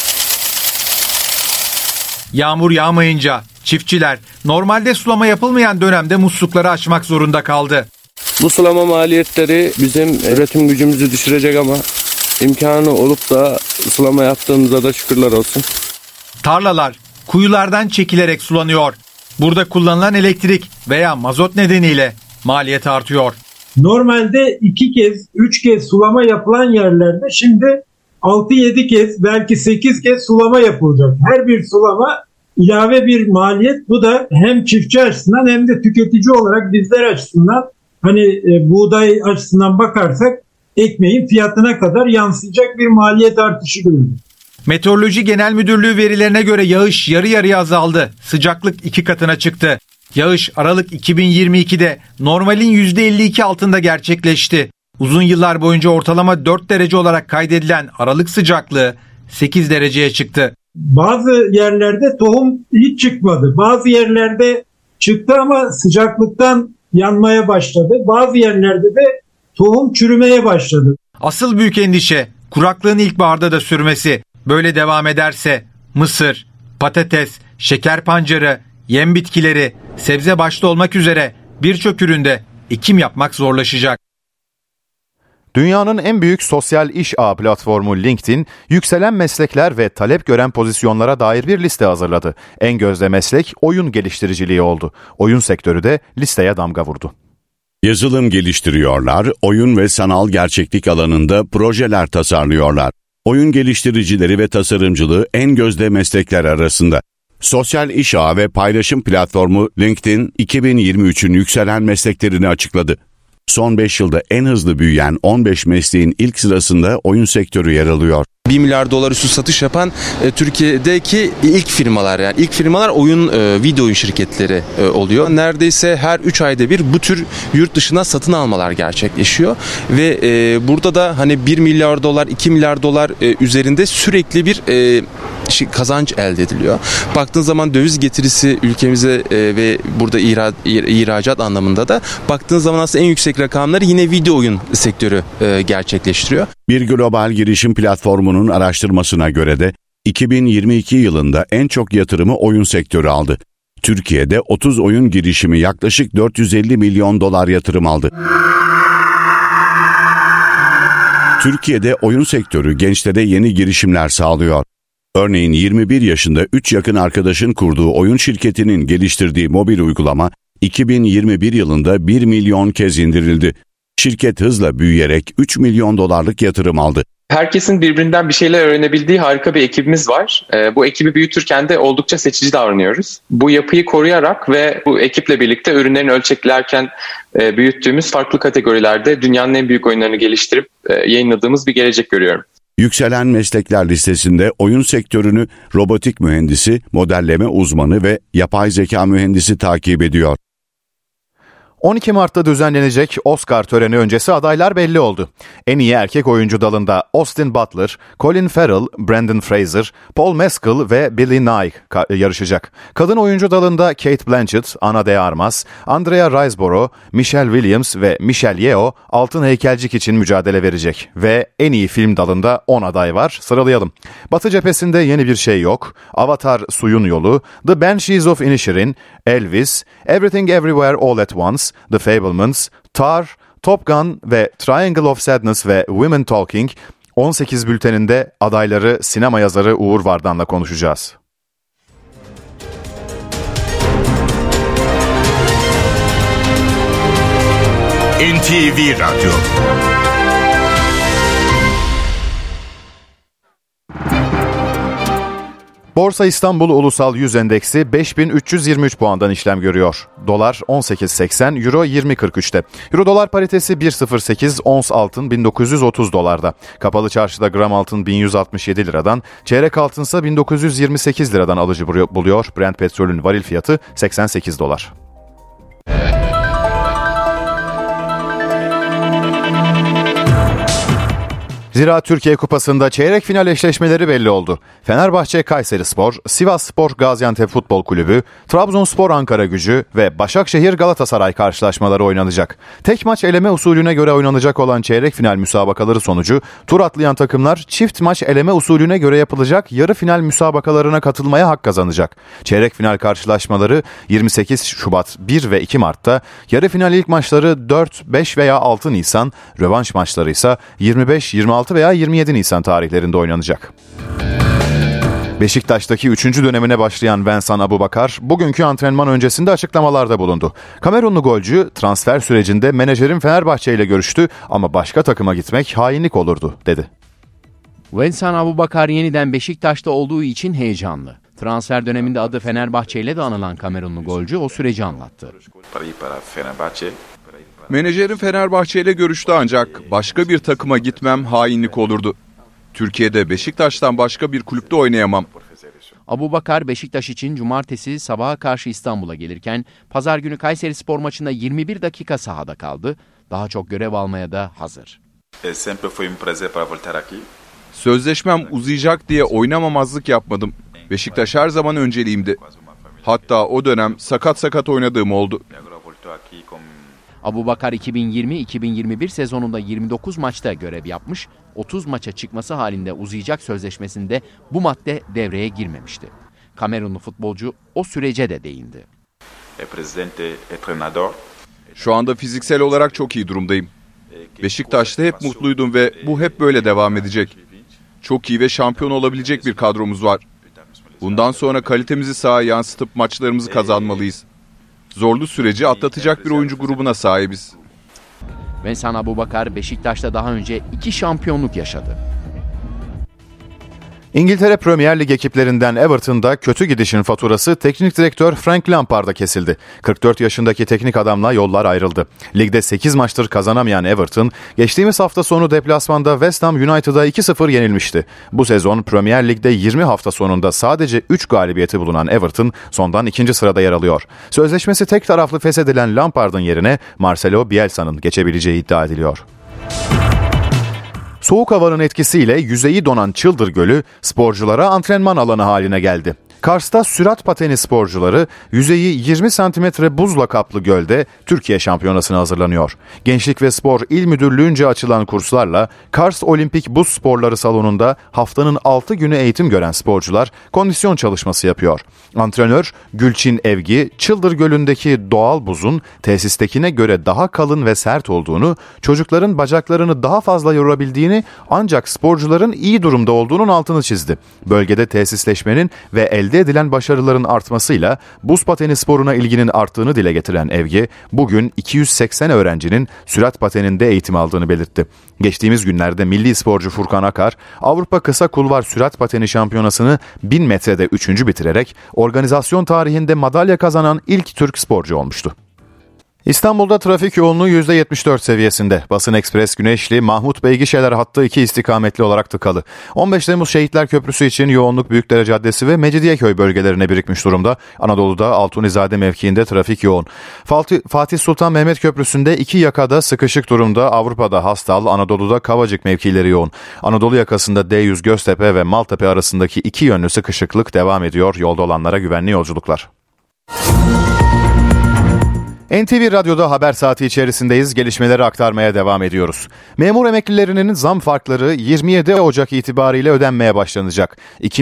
Yağmur yağmayınca çiftçiler normalde sulama yapılmayan dönemde muslukları açmak zorunda kaldı. Bu sulama maliyetleri bizim üretim gücümüzü düşürecek ama imkanı olup da sulama yaptığımıza da şükürler olsun. Tarlalar kuyulardan çekilerek sulanıyor. Burada kullanılan elektrik veya mazot nedeniyle maliyet artıyor. Normalde 2 kez, 3 kez sulama yapılan yerlerde şimdi 6-7 kez, belki 8 kez sulama yapılacak. Her bir sulama ilave bir maliyet. Bu da hem çiftçi açısından hem de tüketici olarak bizler açısından buğday açısından bakarsak ekmeğin fiyatına kadar yansıyacak bir maliyet artışı görüyoruz. Meteoroloji Genel Müdürlüğü verilerine göre yağış yarı yarıya azaldı. Sıcaklık 2 katına çıktı. Yağış Aralık 2022'de normalin %52 altında gerçekleşti. Uzun yıllar boyunca ortalama 4 derece olarak kaydedilen Aralık sıcaklığı 8 dereceye çıktı. Bazı yerlerde tohum hiç çıkmadı. Bazı yerlerde çıktı ama sıcaklıktan yanmaya başladı. Bazı yerlerde de tohum çürümeye başladı. Asıl büyük endişe kuraklığın ilkbaharda da sürmesi. Böyle devam ederse mısır, patates, şeker pancarı, yem bitkileri, sebze başta olmak üzere birçok üründe ekim yapmak zorlaşacak. Dünyanın en büyük sosyal iş ağı platformu LinkedIn, yükselen meslekler ve talep gören pozisyonlara dair bir liste hazırladı. En gözde meslek oyun geliştiriciliği oldu. Oyun sektörü de listeye damga vurdu. Yazılım geliştiriyorlar, oyun ve sanal gerçeklik alanında projeler tasarlıyorlar. Oyun geliştiricileri ve tasarımcılığı en gözde meslekler arasında. Sosyal iş ağı ve paylaşım platformu LinkedIn, 2023'ün yükselen mesleklerini açıkladı. Son 5 yılda en hızlı büyüyen 15 mesleğin ilk sırasında oyun sektörü yer alıyor. 1 milyar dolar üstü satış yapan Türkiye'deki ilk firmalar, yani ilk firmalar video oyun şirketleri oluyor. Neredeyse her 3 ayda bir bu tür yurt dışına satın almalar gerçekleşiyor ve burada da 1 milyar dolar, 2 milyar dolar üzerinde sürekli bir kazanç elde ediliyor. Baktığın zaman döviz getirisi ülkemize ve burada ihracat anlamında da baktığın zaman aslında en yüksek rakamları yine video oyun sektörü gerçekleştiriyor. Bir global girişim platformunun araştırmasına göre de 2022 yılında en çok yatırımı oyun sektörü aldı. Türkiye'de 30 oyun girişimi yaklaşık 450 milyon dolar yatırım aldı. Türkiye'de oyun sektörü gençlere yeni girişimler sağlıyor. Örneğin 21 yaşında 3 yakın arkadaşın kurduğu oyun şirketinin geliştirdiği mobil uygulama 2021 yılında 1 milyon kez indirildi. Şirket hızla büyüyerek 3 milyon dolarlık yatırım aldı. Herkesin birbirinden bir şeyler öğrenebildiği harika bir ekibimiz var. Bu ekibi büyütürken de oldukça seçici davranıyoruz. Bu yapıyı koruyarak ve bu ekiple birlikte ürünlerini ölçeklerken büyüttüğümüz farklı kategorilerde dünyanın en büyük oyunlarını geliştirip yayınladığımız bir gelecek görüyorum. Yükselen meslekler listesinde oyun sektörünü robotik mühendisi, modelleme uzmanı ve yapay zeka mühendisi takip ediyor. 12 Mart'ta düzenlenecek Oscar töreni öncesi adaylar belli oldu. En iyi erkek oyuncu dalında Austin Butler, Colin Farrell, Brendan Fraser, Paul Mescal ve Billy Nye yarışacak. Kadın oyuncu dalında Cate Blanchett, Ana de Armas, Andrea Riseborough, Michelle Williams ve Michelle Yeoh altın heykelcik için mücadele verecek. Ve en iyi film dalında 10 aday var. Sıralayalım. Batı cephesinde yeni bir şey yok. Avatar Suyun Yolu, The Banshees of Inisherin, Elvis, Everything Everywhere All at Once, The Fabelmans, Tar, Top Gun ve Triangle of Sadness ve Women Talking 18 bülteninde adayları sinema yazarı Uğur Vardan'la konuşacağız. NTV Radyo. Borsa İstanbul Ulusal 100 Endeksi 5323 puandan işlem görüyor. Dolar 18.80, Euro 20.43'te. Euro dolar paritesi 1.08, ons altın 1930 dolarda. Kapalı çarşıda gram altın 1167 liradan, çeyrek altınsa 1928 liradan alıcı buluyor. Brent petrolün varil fiyatı 88 dolar. Ziraat Türkiye Kupası'nda çeyrek final eşleşmeleri belli oldu. Fenerbahçe Kayserispor, Sivasspor Gaziantep Futbol Kulübü, Trabzonspor Ankaragücü ve Başakşehir Galatasaray karşılaşmaları oynanacak. Tek maç eleme usulüne göre oynanacak olan çeyrek final müsabakaları sonucu tur atlayan takımlar çift maç eleme usulüne göre yapılacak yarı final müsabakalarına katılmaya hak kazanacak. Çeyrek final karşılaşmaları 28 Şubat 1 ve 2 Mart'ta, yarı final ilk maçları 4, 5 veya 6 Nisan, rövanş maçları ise 25, 26 veya 27 Nisan tarihlerinde oynanacak. Beşiktaş'taki 3. dönemine başlayan Vincent Aboubakar, bugünkü antrenman öncesinde açıklamalarda bulundu. Kamerunlu golcü transfer sürecinde menajerin Fenerbahçe ile görüştü ama başka takıma gitmek hainlik olurdu, dedi. Vincent Aboubakar yeniden Beşiktaş'ta olduğu için heyecanlı. Transfer döneminde adı Fenerbahçe ile de anılan Kamerunlu golcü o süreci anlattı. Menajerim Fenerbahçe ile görüştü ancak başka bir takıma gitmem hainlik olurdu. Türkiye'de Beşiktaş'tan başka bir kulüpte oynayamam. Aboubakar Beşiktaş için cumartesi sabaha karşı İstanbul'a gelirken pazar günü Kayserispor maçında 21 dakika sahada kaldı. Daha çok görev almaya da hazır. Sözleşmem uzayacak diye oynamamazlık yapmadım. Beşiktaş her zaman önceliğimdi. Hatta o dönem sakat oynadığım oldu. Aboubakar 2020-2021 sezonunda 29 maçta görev yapmış, 30 maça çıkması halinde uzayacak sözleşmesinde bu madde devreye girmemişti. Kamerunlu futbolcu o sürece de değindi. Şu anda fiziksel olarak çok iyi durumdayım. Beşiktaş'ta hep mutluydum ve bu hep böyle devam edecek. Çok iyi ve şampiyon olabilecek bir kadromuz var. Bundan sonra kalitemizi sahaya yansıtıp maçlarımızı kazanmalıyız. Zorlu süreci atlatacak bir oyuncu grubuna sahibiz. Vincent Aboubakar Beşiktaş'ta daha önce 2 şampiyonluk yaşadı. İngiltere Premier Lig ekiplerinden Everton'da kötü gidişin faturası teknik direktör Frank Lampard'a kesildi. 44 yaşındaki teknik adamla yollar ayrıldı. Ligde 8 maçtır kazanamayan Everton, geçtiğimiz hafta sonu deplasmanda West Ham United'a 2-0 yenilmişti. Bu sezon Premier Lig'de 20 hafta sonunda sadece 3 galibiyeti bulunan Everton sondan 2. sırada yer alıyor. Sözleşmesi tek taraflı feshedilen Lampard'ın yerine Marcelo Bielsa'nın geçebileceği iddia ediliyor. Soğuk havanın etkisiyle yüzeyi donan Çıldır Gölü sporculara antrenman alanı haline geldi. Kars'ta sürat pateni sporcuları yüzeyi 20 santimetre buzla kaplı gölde Türkiye şampiyonasına hazırlanıyor. Gençlik ve Spor İl Müdürlüğü'nce açılan kurslarla Kars Olimpik Buz Sporları Salonu'nda haftanın 6 günü eğitim gören sporcular kondisyon çalışması yapıyor. Antrenör Gülçin Evgi, Çıldır Gölü'ndeki doğal buzun tesistekine göre daha kalın ve sert olduğunu, çocukların bacaklarını daha fazla yorabildiğini ancak sporcuların iyi durumda olduğunun altını çizdi. Bölgede tesisleşmenin ve el elde edilen başarıların artmasıyla buz pateni sporuna ilginin arttığını dile getiren Evge, bugün 280 öğrencinin sürat pateninde eğitim aldığını belirtti. Geçtiğimiz günlerde milli sporcu Furkan Akar, Avrupa Kısa Kulvar Sürat Pateni Şampiyonası'nı 1000 metrede 3. bitirerek organizasyon tarihinde madalya kazanan ilk Türk sporcu olmuştu. İstanbul'da trafik yoğunluğu %74 seviyesinde. Basın Ekspres Güneşli, Mahmut Bey gişeler hattı 2 istikametli olarak tıkalı. 15 Temmuz Şehitler Köprüsü için yoğunluk Büyükdere Caddesi ve Mecidiyeköy bölgelerine birikmiş durumda. Anadolu'da Altunizade mevkiinde trafik yoğun. Fatih Sultan Mehmet Köprüsü'nde 2 yakada sıkışık durumda. Avrupa'da Hastal, Anadolu'da Kavacık mevkileri yoğun. Anadolu yakasında D100 Göztepe ve Maltepe arasındaki 2 yönlü sıkışıklık devam ediyor. Yolda olanlara güvenli yolculuklar. NTV Radyo'da haber saati içerisindeyiz. Gelişmeleri aktarmaya devam ediyoruz. Memur emeklilerinin zam farkları 27 Ocak itibariyle ödenmeye başlanacak.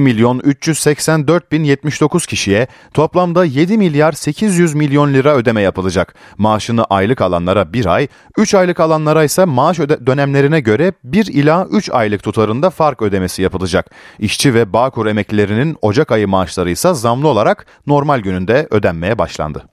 2.384.079 kişiye toplamda 7 milyar 800 milyon lira ödeme yapılacak. Maaşını aylık alanlara 1 ay, 3 aylık alanlara ise maaş dönemlerine göre 1 ila 3 aylık tutarında fark ödemesi yapılacak. İşçi ve Bağkur emeklilerinin Ocak ayı maaşları ise zamlı olarak normal gününde ödenmeye başlandı.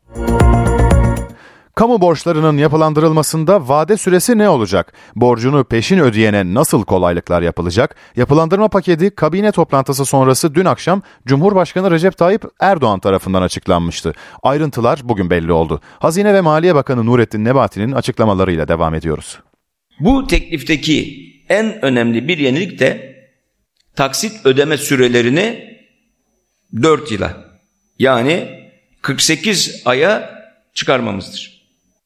Kamu borçlarının yapılandırılmasında vade süresi ne olacak? Borcunu peşin ödeyene nasıl kolaylıklar yapılacak? Yapılandırma paketi kabine toplantısı sonrası dün akşam Cumhurbaşkanı Recep Tayyip Erdoğan tarafından açıklanmıştı. Ayrıntılar bugün belli oldu. Hazine ve Maliye Bakanı Nurettin Nebati'nin açıklamalarıyla devam ediyoruz. Bu teklifteki en önemli bir yenilik de taksit ödeme sürelerini 4 yıla yani 48 aya çıkarmamızdır.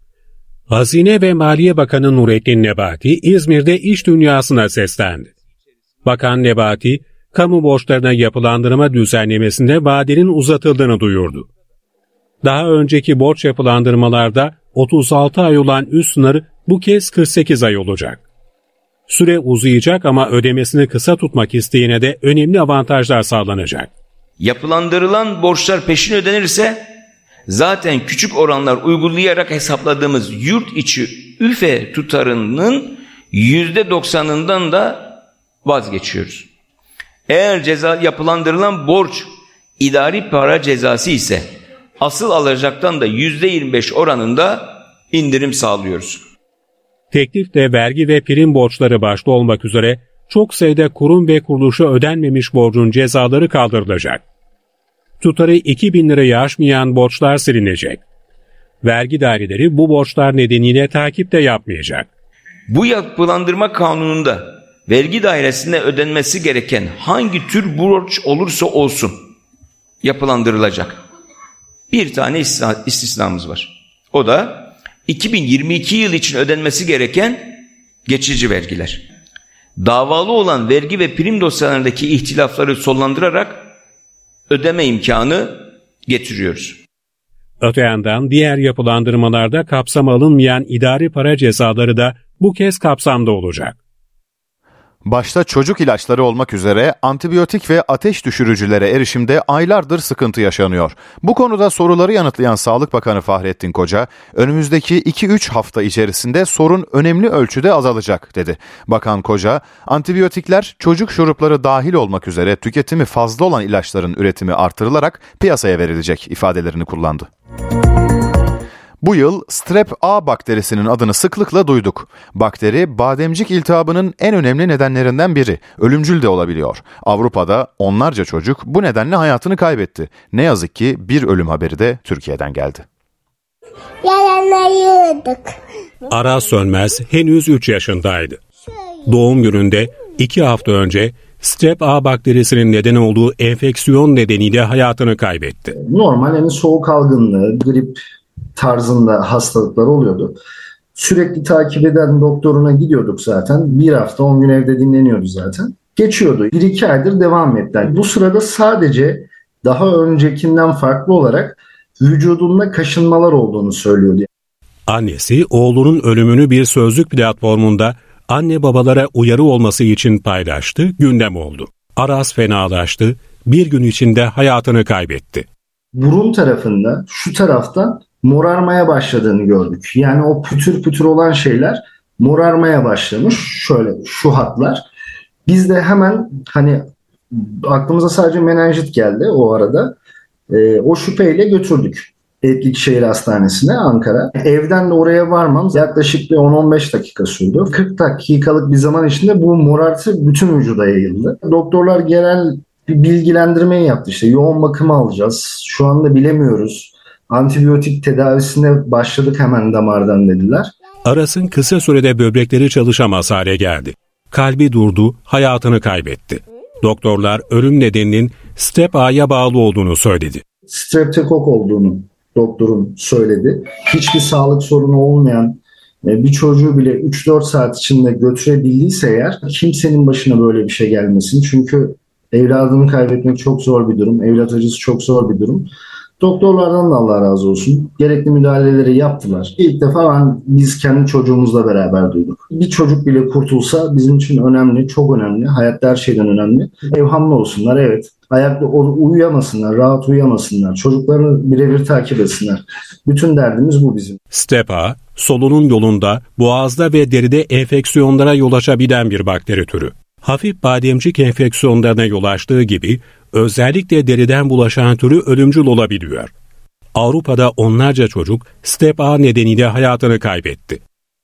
Hazine ve Maliye Bakanı Nurettin Nebati, İzmir'de iş dünyasına seslendi. Bakan Nebati, kamu borçlarına yapılandırma düzenlemesinde vadenin uzatıldığını duyurdu. Daha önceki borç yapılandırmalarda 36 ay olan üst sınırı bu kez 48 ay olacak. Süre uzayacak ama ödemesini kısa tutmak isteyene de önemli avantajlar sağlanacak. Yapılandırılan borçlar peşin ödenirse zaten küçük oranlar uygulayarak hesapladığımız yurt içi üfe tutarının %90'ından da vazgeçiyoruz. Eğer yapılandırılan borç idari para cezası ise asıl alacaktan da %25 oranında indirim sağlıyoruz. Teklifte vergi ve prim borçları başta olmak üzere çok sayıda kurum ve kuruluşa ödenmemiş borcun cezaları kaldırılacak. Tutarı 2.000 lirayı aşmayan borçlar silinecek. Vergi daireleri bu borçlar nedeniyle takip de yapmayacak. Bu yapılandırma kanununda vergi dairesinde ödenmesi gereken hangi tür borç olursa olsun yapılandırılacak. Bir tane istisnamız var. O da 2022 yıl için ödenmesi gereken geçici vergiler. Davalı olan vergi ve prim dosyalarındaki ihtilafları sonlandırarak ödeme imkanı getiriyoruz. Öte yandan diğer yapılandırmalarda kapsama alınmayan idari para cezaları da bu kez kapsamda olacak. Başta çocuk ilaçları olmak üzere antibiyotik ve ateş düşürücülere erişimde aylardır sıkıntı yaşanıyor. Bu konuda soruları yanıtlayan Sağlık Bakanı Fahrettin Koca, önümüzdeki 2-3 hafta içerisinde sorun önemli ölçüde azalacak dedi. Bakan Koca, antibiyotikler, çocuk şurupları dahil olmak üzere tüketimi fazla olan ilaçların üretimi artırılarak piyasaya verilecek ifadelerini kullandı. Bu yıl Strep A bakterisinin adını sıklıkla duyduk. Bakteri, bademcik iltihabının en önemli nedenlerinden biri. Ölümcül de olabiliyor. Avrupa'da onlarca çocuk bu nedenle hayatını kaybetti. Ne yazık ki bir ölüm haberi de Türkiye'den geldi. Aras Sönmez henüz 3 yaşındaydı. Doğum gününde 2 hafta önce Strep A bakterisinin neden olduğu enfeksiyon nedeniyle hayatını kaybetti. Normal yani soğuk algınlığı, grip tarzında hastalıklar oluyordu. Sürekli takip eden doktoruna gidiyorduk zaten. Bir hafta 10 gün evde dinleniyordu zaten. Geçiyordu. 1-2 aydır devam etti. Bu sırada sadece daha öncekinden farklı olarak vücudunda kaşınmalar olduğunu söylüyordu. Annesi oğlunun ölümünü bir sözlük platformunda anne babalara uyarı olması için paylaştı, gündem oldu. Aras fenalaştı, bir gün içinde hayatını kaybetti. Burun tarafında, şu taraftan morarmaya başladığını gördük. Yani o pütür pütür olan şeyler morarmaya başlamış. Şöyle şu hatlar. Biz de hemen hani Aklımıza sadece menenjit geldi o arada. O şüpheyle götürdük Etlikşehir Hastanesi'ne, Ankara. Evden de oraya varmam yaklaşık bir 10-15 dakika sürdü. 40 dakikalık bir zaman içinde bu morartı bütün vücuda yayıldı. Doktorlar genel bir bilgilendirmeyi yaptı. İşte yoğun bakımı alacağız. Şu anda bilemiyoruz. Antibiyotik tedavisine başladık hemen damardan dediler. Aras'ın kısa sürede böbrekleri çalışamaz hale geldi. Kalbi durdu, hayatını kaybetti. Doktorlar ölüm nedeninin Strep A'ya bağlı olduğunu söyledi. Streptokok olduğunu doktorun söyledi. Hiçbir sağlık sorunu olmayan bir çocuğu bile 3-4 saat içinde götürebildiyse eğer kimsenin başına böyle bir şey gelmesin. Çünkü evladını kaybetmek çok zor bir durum. Evlat acısı çok zor bir durum. Doktorlardan da Allah razı olsun. Gerekli müdahaleleri yaptılar. İlk defa biz kendi çocuğumuzla beraber duyduk. Bir çocuk bile kurtulsa bizim için önemli, çok önemli. Hayatta her şeyden önemli. Evhamlı olsunlar, evet. Ayakta uyuyamasınlar, rahat uyuyamasınlar. Çocuklarını birebir takip etsinler. Bütün derdimiz bu bizim. Strep A, solunum yolunda, boğazda ve deride enfeksiyonlara yol açabilen bir bakteri türü. Hafif bademcik enfeksiyonlarına yol açtığı gibi özellikle deriden bulaşan türü ölümcül olabiliyor. Avrupa'da onlarca çocuk Strep A nedeniyle hayatını kaybetti.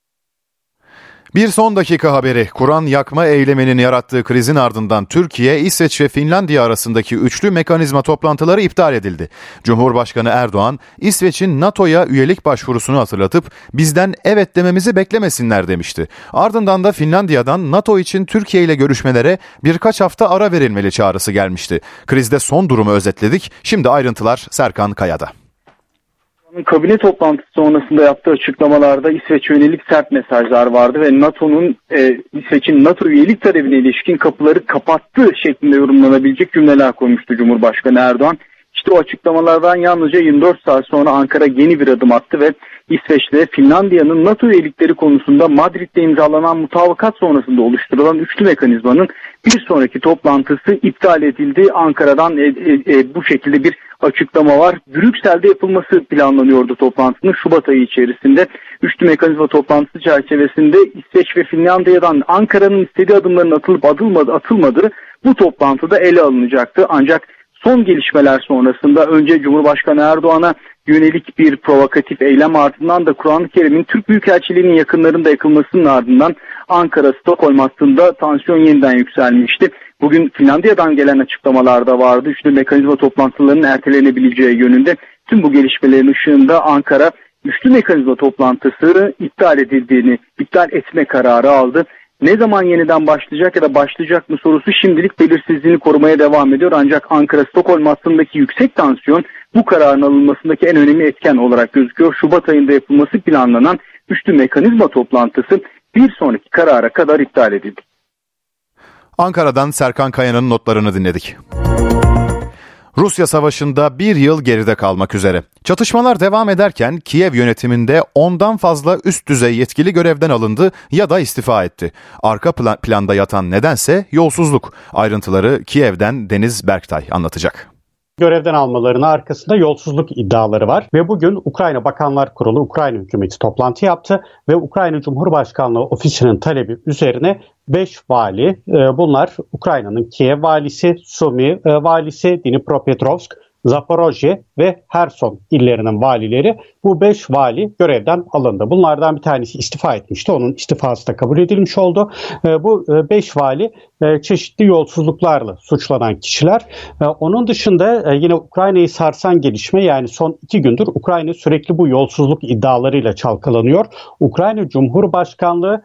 Bir son dakika haberi. Kur'an yakma eyleminin yarattığı krizin ardından Türkiye, İsveç ve Finlandiya arasındaki üçlü mekanizma toplantıları iptal edildi. Cumhurbaşkanı Erdoğan, İsveç'in NATO'ya üyelik başvurusunu hatırlatıp bizden evet dememizi beklemesinler demişti. Ardından da Finlandiya'dan NATO için Türkiye ile görüşmelere birkaç hafta ara verilmeli çağrısı gelmişti. Krizde son durumu özetledik. Şimdi ayrıntılar Serkan Kaya'da. Kabine toplantısı sonrasında yaptığı açıklamalarda İsveç'e yönelik sert mesajlar vardı ve İsveç'in NATO üyelik talebine ilişkin kapıları kapattığı şeklinde yorumlanabilecek cümleler koymuştu Cumhurbaşkanı Erdoğan. İşte o açıklamalardan yalnızca 24 saat sonra Ankara yeni bir adım attı ve İsveç'te Finlandiya'nın NATO üyelikleri konusunda Madrid'de imzalanan mutabakat sonrasında oluşturulan üçlü mekanizmanın bir sonraki toplantısı iptal edildi. Ankara'dan bu şekilde bir açıklama var. Brüksel'de yapılması planlanıyordu toplantının Şubat ayı içerisinde. Üçlü mekanizma toplantısı çerçevesinde İsveç ve Finlandiya'dan Ankara'nın istediği adımların atılıp atılmadığı bu toplantıda ele alınacaktı. Ancak son gelişmeler sonrasında önce Cumhurbaşkanı Erdoğan'a yönelik bir provokatif eylem, ardından da Kur'an-ı Kerim'in Türk Büyükelçiliği'nin yakınlarında yakılmasının ardından Ankara-Stockholm hattında tansiyon yeniden yükselmişti. Bugün Finlandiya'dan gelen açıklamalar da vardı. Üçlü mekanizma toplantılarının ertelenebileceği yönünde. Tüm bu gelişmelerin ışığında Ankara üçlü mekanizma toplantısı iptal etme kararı aldı. Ne zaman yeniden başlayacak ya da başlayacak mı sorusu şimdilik belirsizliğini korumaya devam ediyor. Ancak Ankara-Stockholm hattındaki yüksek tansiyon bu kararın alınmasındaki en önemli etken olarak gözüküyor. Şubat ayında yapılması planlanan üçlü mekanizma toplantısı bir sonraki karara kadar iptal edildi. Ankara'dan Serkan Kaya'nın notlarını dinledik. Rusya savaşında bir yıl geride kalmak üzere. Çatışmalar devam ederken Kiev yönetiminde 10'dan fazla üst düzey yetkili görevden alındı ya da istifa etti. Arka planda yatan nedense yolsuzluk. Ayrıntıları Kiev'den Deniz Berktay anlatacak. Görevden almalarının arkasında yolsuzluk iddiaları var ve bugün Ukrayna Bakanlar Kurulu, Ukrayna hükümeti toplantı yaptı ve Ukrayna Cumhurbaşkanlığı ofisinin talebi üzerine 5 vali, bunlar Ukrayna'nın Kiev valisi, Sumy valisi, Dnipropetrovsk, Zaporojye ve Herson illerinin valileri, bu 5 vali görevden alındı. Bunlardan bir tanesi istifa etmişti. Onun istifası da kabul edilmiş oldu. Bu 5 vali çeşitli yolsuzluklarla suçlanan kişiler. Onun dışında yine Ukrayna'yı sarsan gelişme, yani son 2 gündür Ukrayna sürekli bu yolsuzluk iddialarıyla çalkalanıyor. Ukrayna Cumhurbaşkanlığı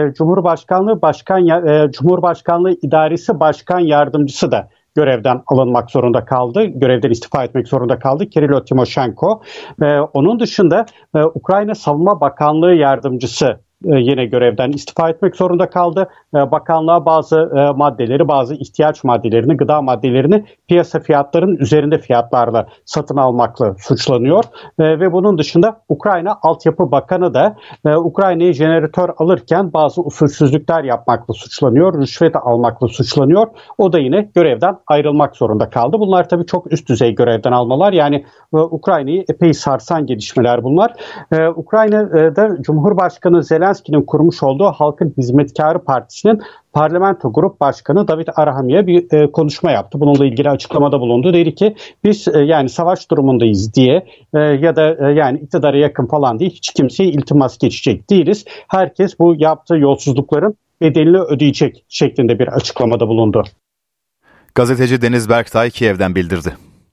İdaresi Başkan Yardımcısı da görevden alınmak zorunda kaldı. Görevden istifa etmek zorunda kaldı. Kirilo Timoshenko. Onun dışında Ukrayna Savunma Bakanlığı Yardımcısı yine görevden istifa etmek zorunda kaldı. Bakanlığa bazı maddeleri, bazı ihtiyaç maddelerini, gıda maddelerini piyasa fiyatlarının üzerinde fiyatlarla satın almakla suçlanıyor. Ve bunun dışında Ukrayna Altyapı Bakanı da Ukrayna'ya jeneratör alırken bazı usulsüzlükler yapmakla suçlanıyor. Rüşvet almakla suçlanıyor. O da yine görevden ayrılmak zorunda kaldı. Bunlar tabii çok üst düzey görevden almalar. Yani Ukrayna'yı epey sarsan gelişmeler bunlar. Ukrayna'da Cumhurbaşkanı Zelenski Zelenski'nin kurmuş olduğu Halkın Hizmetkarı Partisi'nin Parlamento Grup Başkanı David Arahami'ye bir konuşma yaptı. Bununla ilgili açıklamada bulundu. Dedi ki biz yani savaş durumundayız diye ya da yani iktidara yakın falan diye hiç kimseye iltimas geçecek değiliz. Herkes bu yaptığı yolsuzlukların bedelini ödeyecek şeklinde bir açıklamada bulundu. Gazeteci Deniz Berktay Kiev'den bildirdi.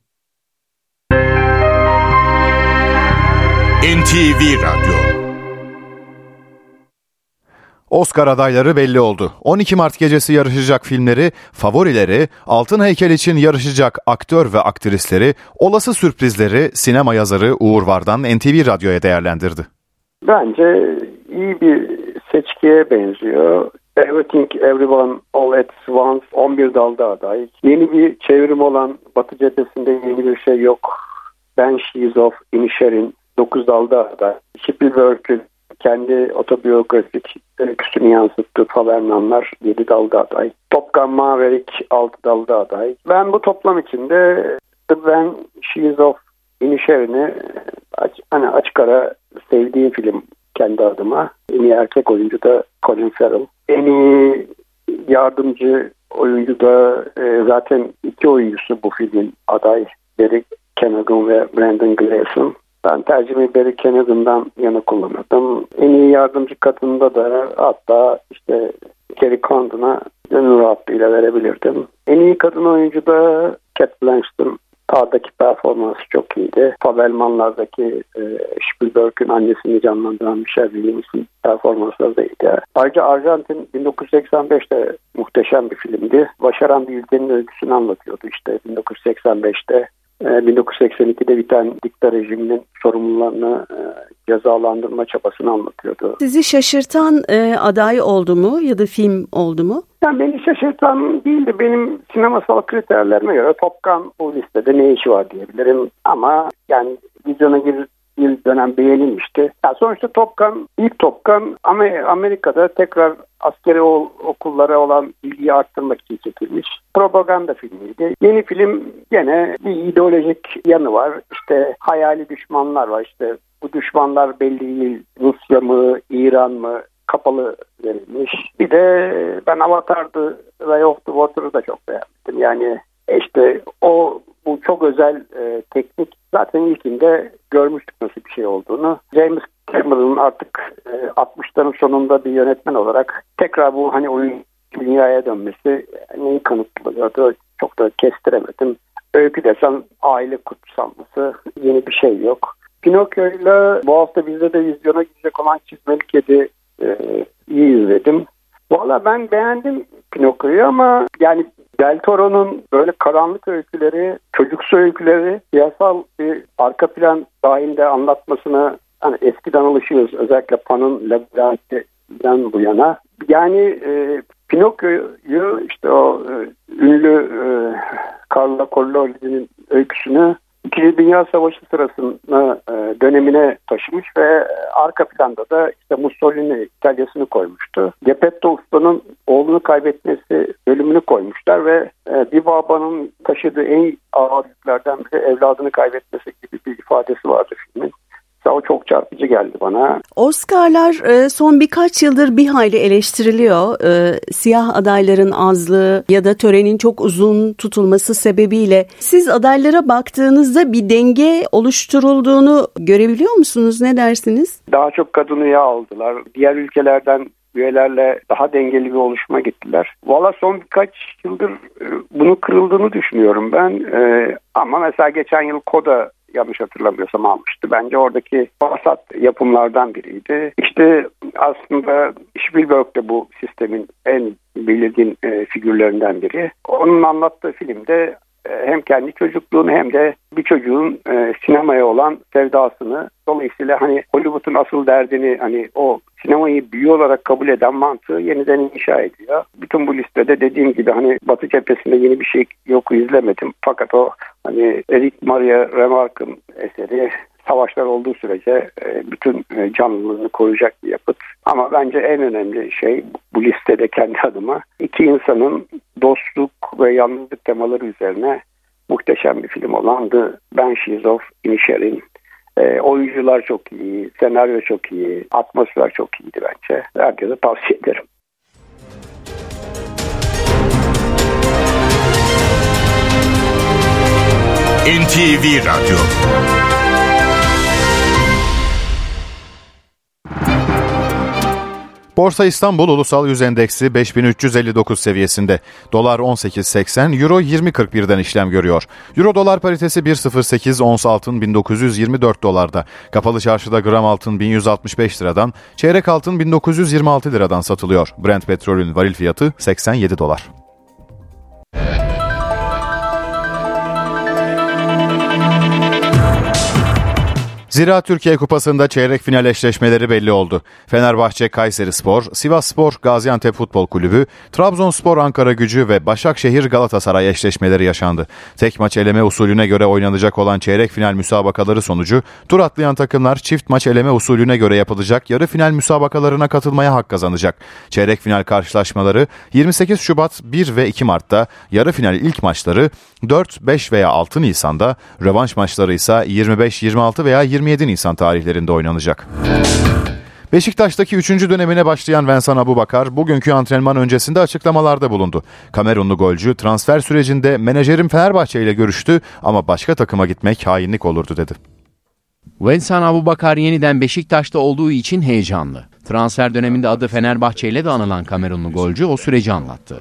NTV Radyo. Oscar adayları belli oldu. 12 Mart gecesi yarışacak filmleri, favorileri, Altın Heykel için yarışacak aktör ve aktrisleri, olası sürprizleri sinema yazarı Uğur Vardan NTV Radyo'ya değerlendirdi. Bence iyi bir seçkiye benziyor. Everything Everyone All at Once 11 dalda aday. Yeni bir çevrim olan Batı Cephesi'nde yeni bir şey yok. Banshees of Inisherin 9 dalda aday. Spielberg'ün kendi otobiyografik öyküsünü yansıttığı Fabelmanlar 7 dalda aday. Top Gun Maverick 6 dalda aday. Ben bu toplam içinde The Banshees of Inisherin'i açık ara sevdiğim film kendi adıma. En iyi erkek oyuncu da Colin Farrell. En iyi yardımcı oyuncu da zaten iki oyuncusu bu filmin aday. Barry Keoghan ve Brendan Gleeson. Ben tercihimi Barry Keoghan'dan yana kullanırdım. En iyi yardımcı kadında da hatta işte Kerry Condon'a gönül rahatlığıyla verebilirdim. En iyi kadın oyuncu da Cate Blanchett'ın Tağ'daki performansı çok iyiydi. Fabelmanlardaki Spielberg'ün annesini canlandıran Michelle Williams'ın performansları da iyiydi. Ayrıca Arjantin 1985'te muhteşem bir filmdi. Başaran bir ülkenin öyküsünü anlatıyordu işte 1985'te. 1982'de biten dikta rejiminin sorumlularını cezalandırma çabasını anlatıyordu. Sizi şaşırtan aday oldu mu ya da film oldu mu? Yani beni şaşırtan değildi. Benim sinemasal kriterlerime göre Top Gun bu listede ne işi var diyebilirim. Ama yani vizyona bir dönem beğenilmişti. Yani sonuçta Top Gun, ilk Top Gun Amerika'da tekrar askeri okullara olan ilgiyi arttırmak için çekilmiş. Propaganda filmiydi. Yeni film gene bir ideolojik yanı var. İşte hayali düşmanlar var. İşte bu düşmanlar belli değil. Rusya mı, İran mı? Kapalı verilmiş. Bir de ben Avatar'da Way of the Water'ı da çok beğendim. Yani işte bu çok özel teknik zaten ilkinde görmüştük nasıl bir şey olduğunu. James Cameron'ın artık 60'ların sonunda bir yönetmen olarak tekrar bu hani oyun dünyaya dönmesi neyi kanıtlıyordu çok da kestiremedim. Öykü desen aile kutsanması, yeni bir şey yok. Pinokyo'yla bu hafta bizde de vizyona gidecek olan Çizmeli Kedi iyi izledim. Valla ben beğendim Pinokyo'yu ama yani Del Toro'nun böyle karanlık öyküleri, çocuksu öyküleri, siyasal bir arka plan dahilinde anlatmasına hani eskiden alışıyoruz. Özellikle Pan'ın Labirent'ten bu yana. Yani Pinokyo'yu işte o ünlü Carlo Collodi'nin öyküsünü İkinci Dünya Savaşı sırasında dönemine taşımış ve arka planda da işte Mussolini İtalya'sını koymuştu. Geppetto Usta'nın oğlunu kaybetmesi bölümünü koymuşlar ve bir babanın taşıdığı en ağır yüklerden biri evladını kaybetmesi gibi bir ifadesi vardı filmin. O çok çarpıcı geldi bana. Oscar'lar son birkaç yıldır bir hayli eleştiriliyor. Siyah adayların azlığı ya da törenin çok uzun tutulması sebebiyle. Siz adaylara baktığınızda bir denge oluşturulduğunu görebiliyor musunuz? Ne dersiniz? Daha çok kadın üye aldılar. Diğer ülkelerden üyelerle daha dengeli bir oluşuma gittiler. Valla son birkaç yıldır bunun kırıldığını düşünüyorum ben. Ama mesela geçen yıl Koda yanlış hatırlamıyorsam almıştı. Bence oradaki vasat yapımlardan biriydi. İşte aslında Spielberg de bu sistemin en belirgin figürlerinden biri. Onun anlattığı filmde hem kendi çocukluğunu hem de bir çocuğun sinemaya olan sevdasını, dolayısıyla hani Hollywood'un asıl derdini hani o sinemayı büyü olarak kabul eden mantığı yeniden inşa ediyor. Bütün bu listede dediğim gibi hani Batı cephesinde yeni bir şey yok izlemedim. Fakat o hani Eric Maria Remarque'ın eseri savaşlar olduğu sürece bütün canlılığını koruyacak bir yapıt. Ama bence en önemli şey bu listede kendi adıma iki insanın dostluk ve yalnızlık temaları üzerine muhteşem bir film olan The Banshees of Inisherin. Oyuncular çok iyi, senaryo çok iyi, atmosfer çok iyiydi bence. Herkese tavsiye ederim. NTV Radyo. Borsa İstanbul Ulusal Yüz Endeksi 5359 seviyesinde. Dolar 18.80, Euro 20.41'den işlem görüyor. Euro dolar paritesi 1.08, ons altın 1924 dolarda. Kapalı çarşıda gram altın 1165 liradan, çeyrek altın 1926 liradan satılıyor. Brent petrolün varil fiyatı 87 dolar. Zira Türkiye Kupası'nda çeyrek final eşleşmeleri belli oldu. Fenerbahçe Kayserispor, Sivasspor Gaziantep Futbol Kulübü, Trabzonspor Ankaragücü ve Başakşehir Galatasaray eşleşmeleri yaşandı. Tek maç eleme usulüne göre oynanacak olan çeyrek final müsabakaları sonucu tur atlayan takımlar çift maç eleme usulüne göre yapılacak yarı final müsabakalarına katılmaya hak kazanacak. Çeyrek final karşılaşmaları 28 Şubat 1 ve 2 Mart'ta, yarı final ilk maçları 4, 5 veya 6 Nisan'da, rövanş maçları ise 25, 26 veya 27 Nisan tarihlerinde oynanacak. Beşiktaş'taki 3. dönemine başlayan Vincent Aboubakar bugünkü antrenman öncesinde açıklamalarda bulundu. Kamerunlu golcü transfer sürecinde menajerim Fenerbahçe ile görüştü ama başka takıma gitmek hainlik olurdu dedi. Vincent Aboubakar yeniden Beşiktaş'ta olduğu için heyecanlı. Transfer döneminde adı Fenerbahçe ile de anılan Kamerunlu golcü o süreci anlattı.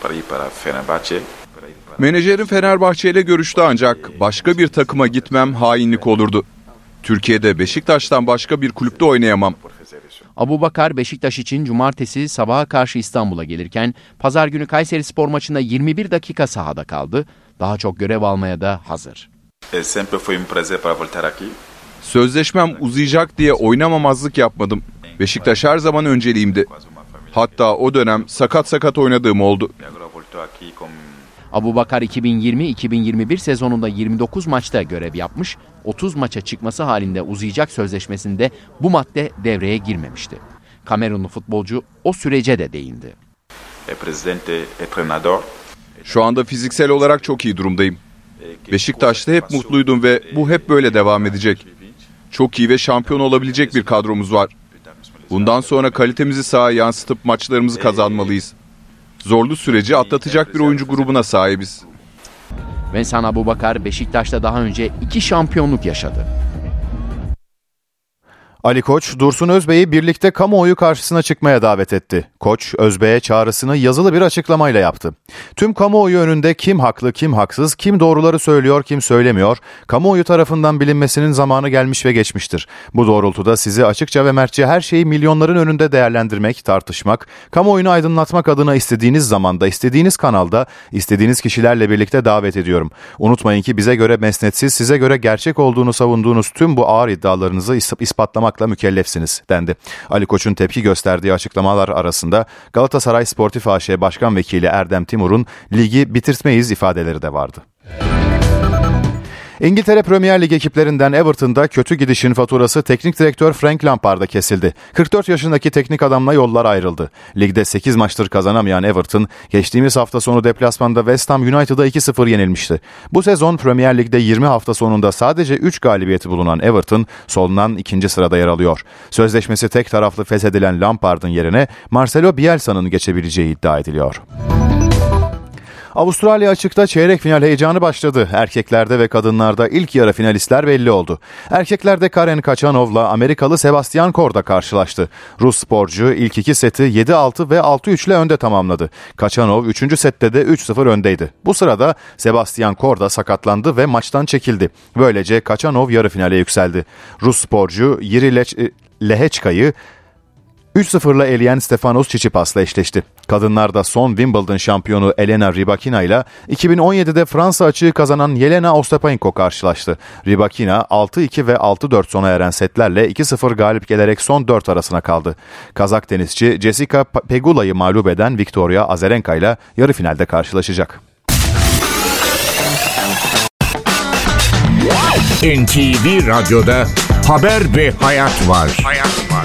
Menajerim Fenerbahçe ile görüştü ancak başka bir takıma gitmem hainlik olurdu. Türkiye'de Beşiktaş'tan başka bir kulüpte oynayamam. Aboubakar Beşiktaş için cumartesi sabaha karşı İstanbul'a gelirken pazar günü Kayserispor maçında 21 dakika sahada kaldı. Daha çok görev almaya da hazır. Sözleşmem uzayacak diye oynamamazlık yapmadım. Beşiktaş her zaman önceliğimdi. Hatta o dönem sakat oynadığım oldu. Aboubakar 2020-2021 sezonunda 29 maçta görev yapmış, 30 maça çıkması halinde uzayacak sözleşmesinde bu madde devreye girmemişti. Kamerunlu futbolcu o sürece de değindi. Şu anda fiziksel olarak çok iyi durumdayım. Beşiktaş'ta hep mutluydum ve bu hep böyle devam edecek. Çok iyi ve şampiyon olabilecek bir kadromuz var. Bundan sonra kalitemizi sahaya yansıtıp maçlarımızı kazanmalıyız. Zorlu süreci atlatacak bir oyuncu grubuna sahibiz. Vincent Aboubakar Beşiktaş'ta daha önce 2 şampiyonluk yaşadı. Ali Koç, Dursun Özbey'i birlikte kamuoyu karşısına çıkmaya davet etti. Koç, Özbey'e çağrısını yazılı bir açıklamayla yaptı. Tüm kamuoyu önünde kim haklı, kim haksız, kim doğruları söylüyor, kim söylemiyor, kamuoyu tarafından bilinmesinin zamanı gelmiş ve geçmiştir. Bu doğrultuda sizi açıkça ve mertçe her şeyi milyonların önünde değerlendirmek, tartışmak, kamuoyunu aydınlatmak adına istediğiniz zamanda, istediğiniz kanalda, istediğiniz kişilerle birlikte davet ediyorum. Unutmayın ki bize göre mesnetsiz, size göre gerçek olduğunu savunduğunuz tüm bu ağır iddialarınızı ispatlamak mükellefsiniz dendi. Ali Koç'un tepki gösterdiği açıklamalar arasında Galatasaray Sportif AŞ Başkan Vekili Erdem Timur'un ligi bitirtmeyiz ifadeleri de vardı. İngiltere Premier Lig ekiplerinden Everton'da kötü gidişin faturası teknik direktör Frank Lampard'a kesildi. 44 yaşındaki teknik adamla yollar ayrıldı. Ligde 8 maçtır kazanamayan Everton, geçtiğimiz hafta sonu deplasmanda West Ham United'a 2-0 yenilmişti. Bu sezon Premier Lig'de 20 hafta sonunda sadece 3 galibiyeti bulunan Everton, sondan 2. sırada yer alıyor. Sözleşmesi tek taraflı feshedilen Lampard'ın yerine Marcelo Bielsa'nın geçebileceği iddia ediliyor. Avustralya açıkta çeyrek final heyecanı başladı. Erkeklerde ve kadınlarda ilk yarı finalistler belli oldu. Erkeklerde Karen Kaçanov'la Amerikalı Sebastian Korda karşılaştı. Rus sporcu ilk 2 seti 7-6 ve 6-3 ile önde tamamladı. Kaçanov 3. sette de 3-0 öndeydi. Bu sırada Sebastian Korda sakatlandı ve maçtan çekildi. Böylece Kaçanov yarı finale yükseldi. Rus sporcu Yuri Lehechka'yı 3-0'la eleyen Stefanos Tsitsipas'la eşleşti. Kadınlarda son Wimbledon şampiyonu Elena Rybakina ile 2017'de Fransa açığı kazanan Yelena Ostapenko karşılaştı. Rybakina 6-2 ve 6-4 sona eren setlerle 2-0 galip gelerek son 4 arasına kaldı. Kazak tenisçi Jessica Pegula'yı mağlup eden Victoria Azarenka ile yarı finalde karşılaşacak. NTV Radyo'da haber ve hayat var.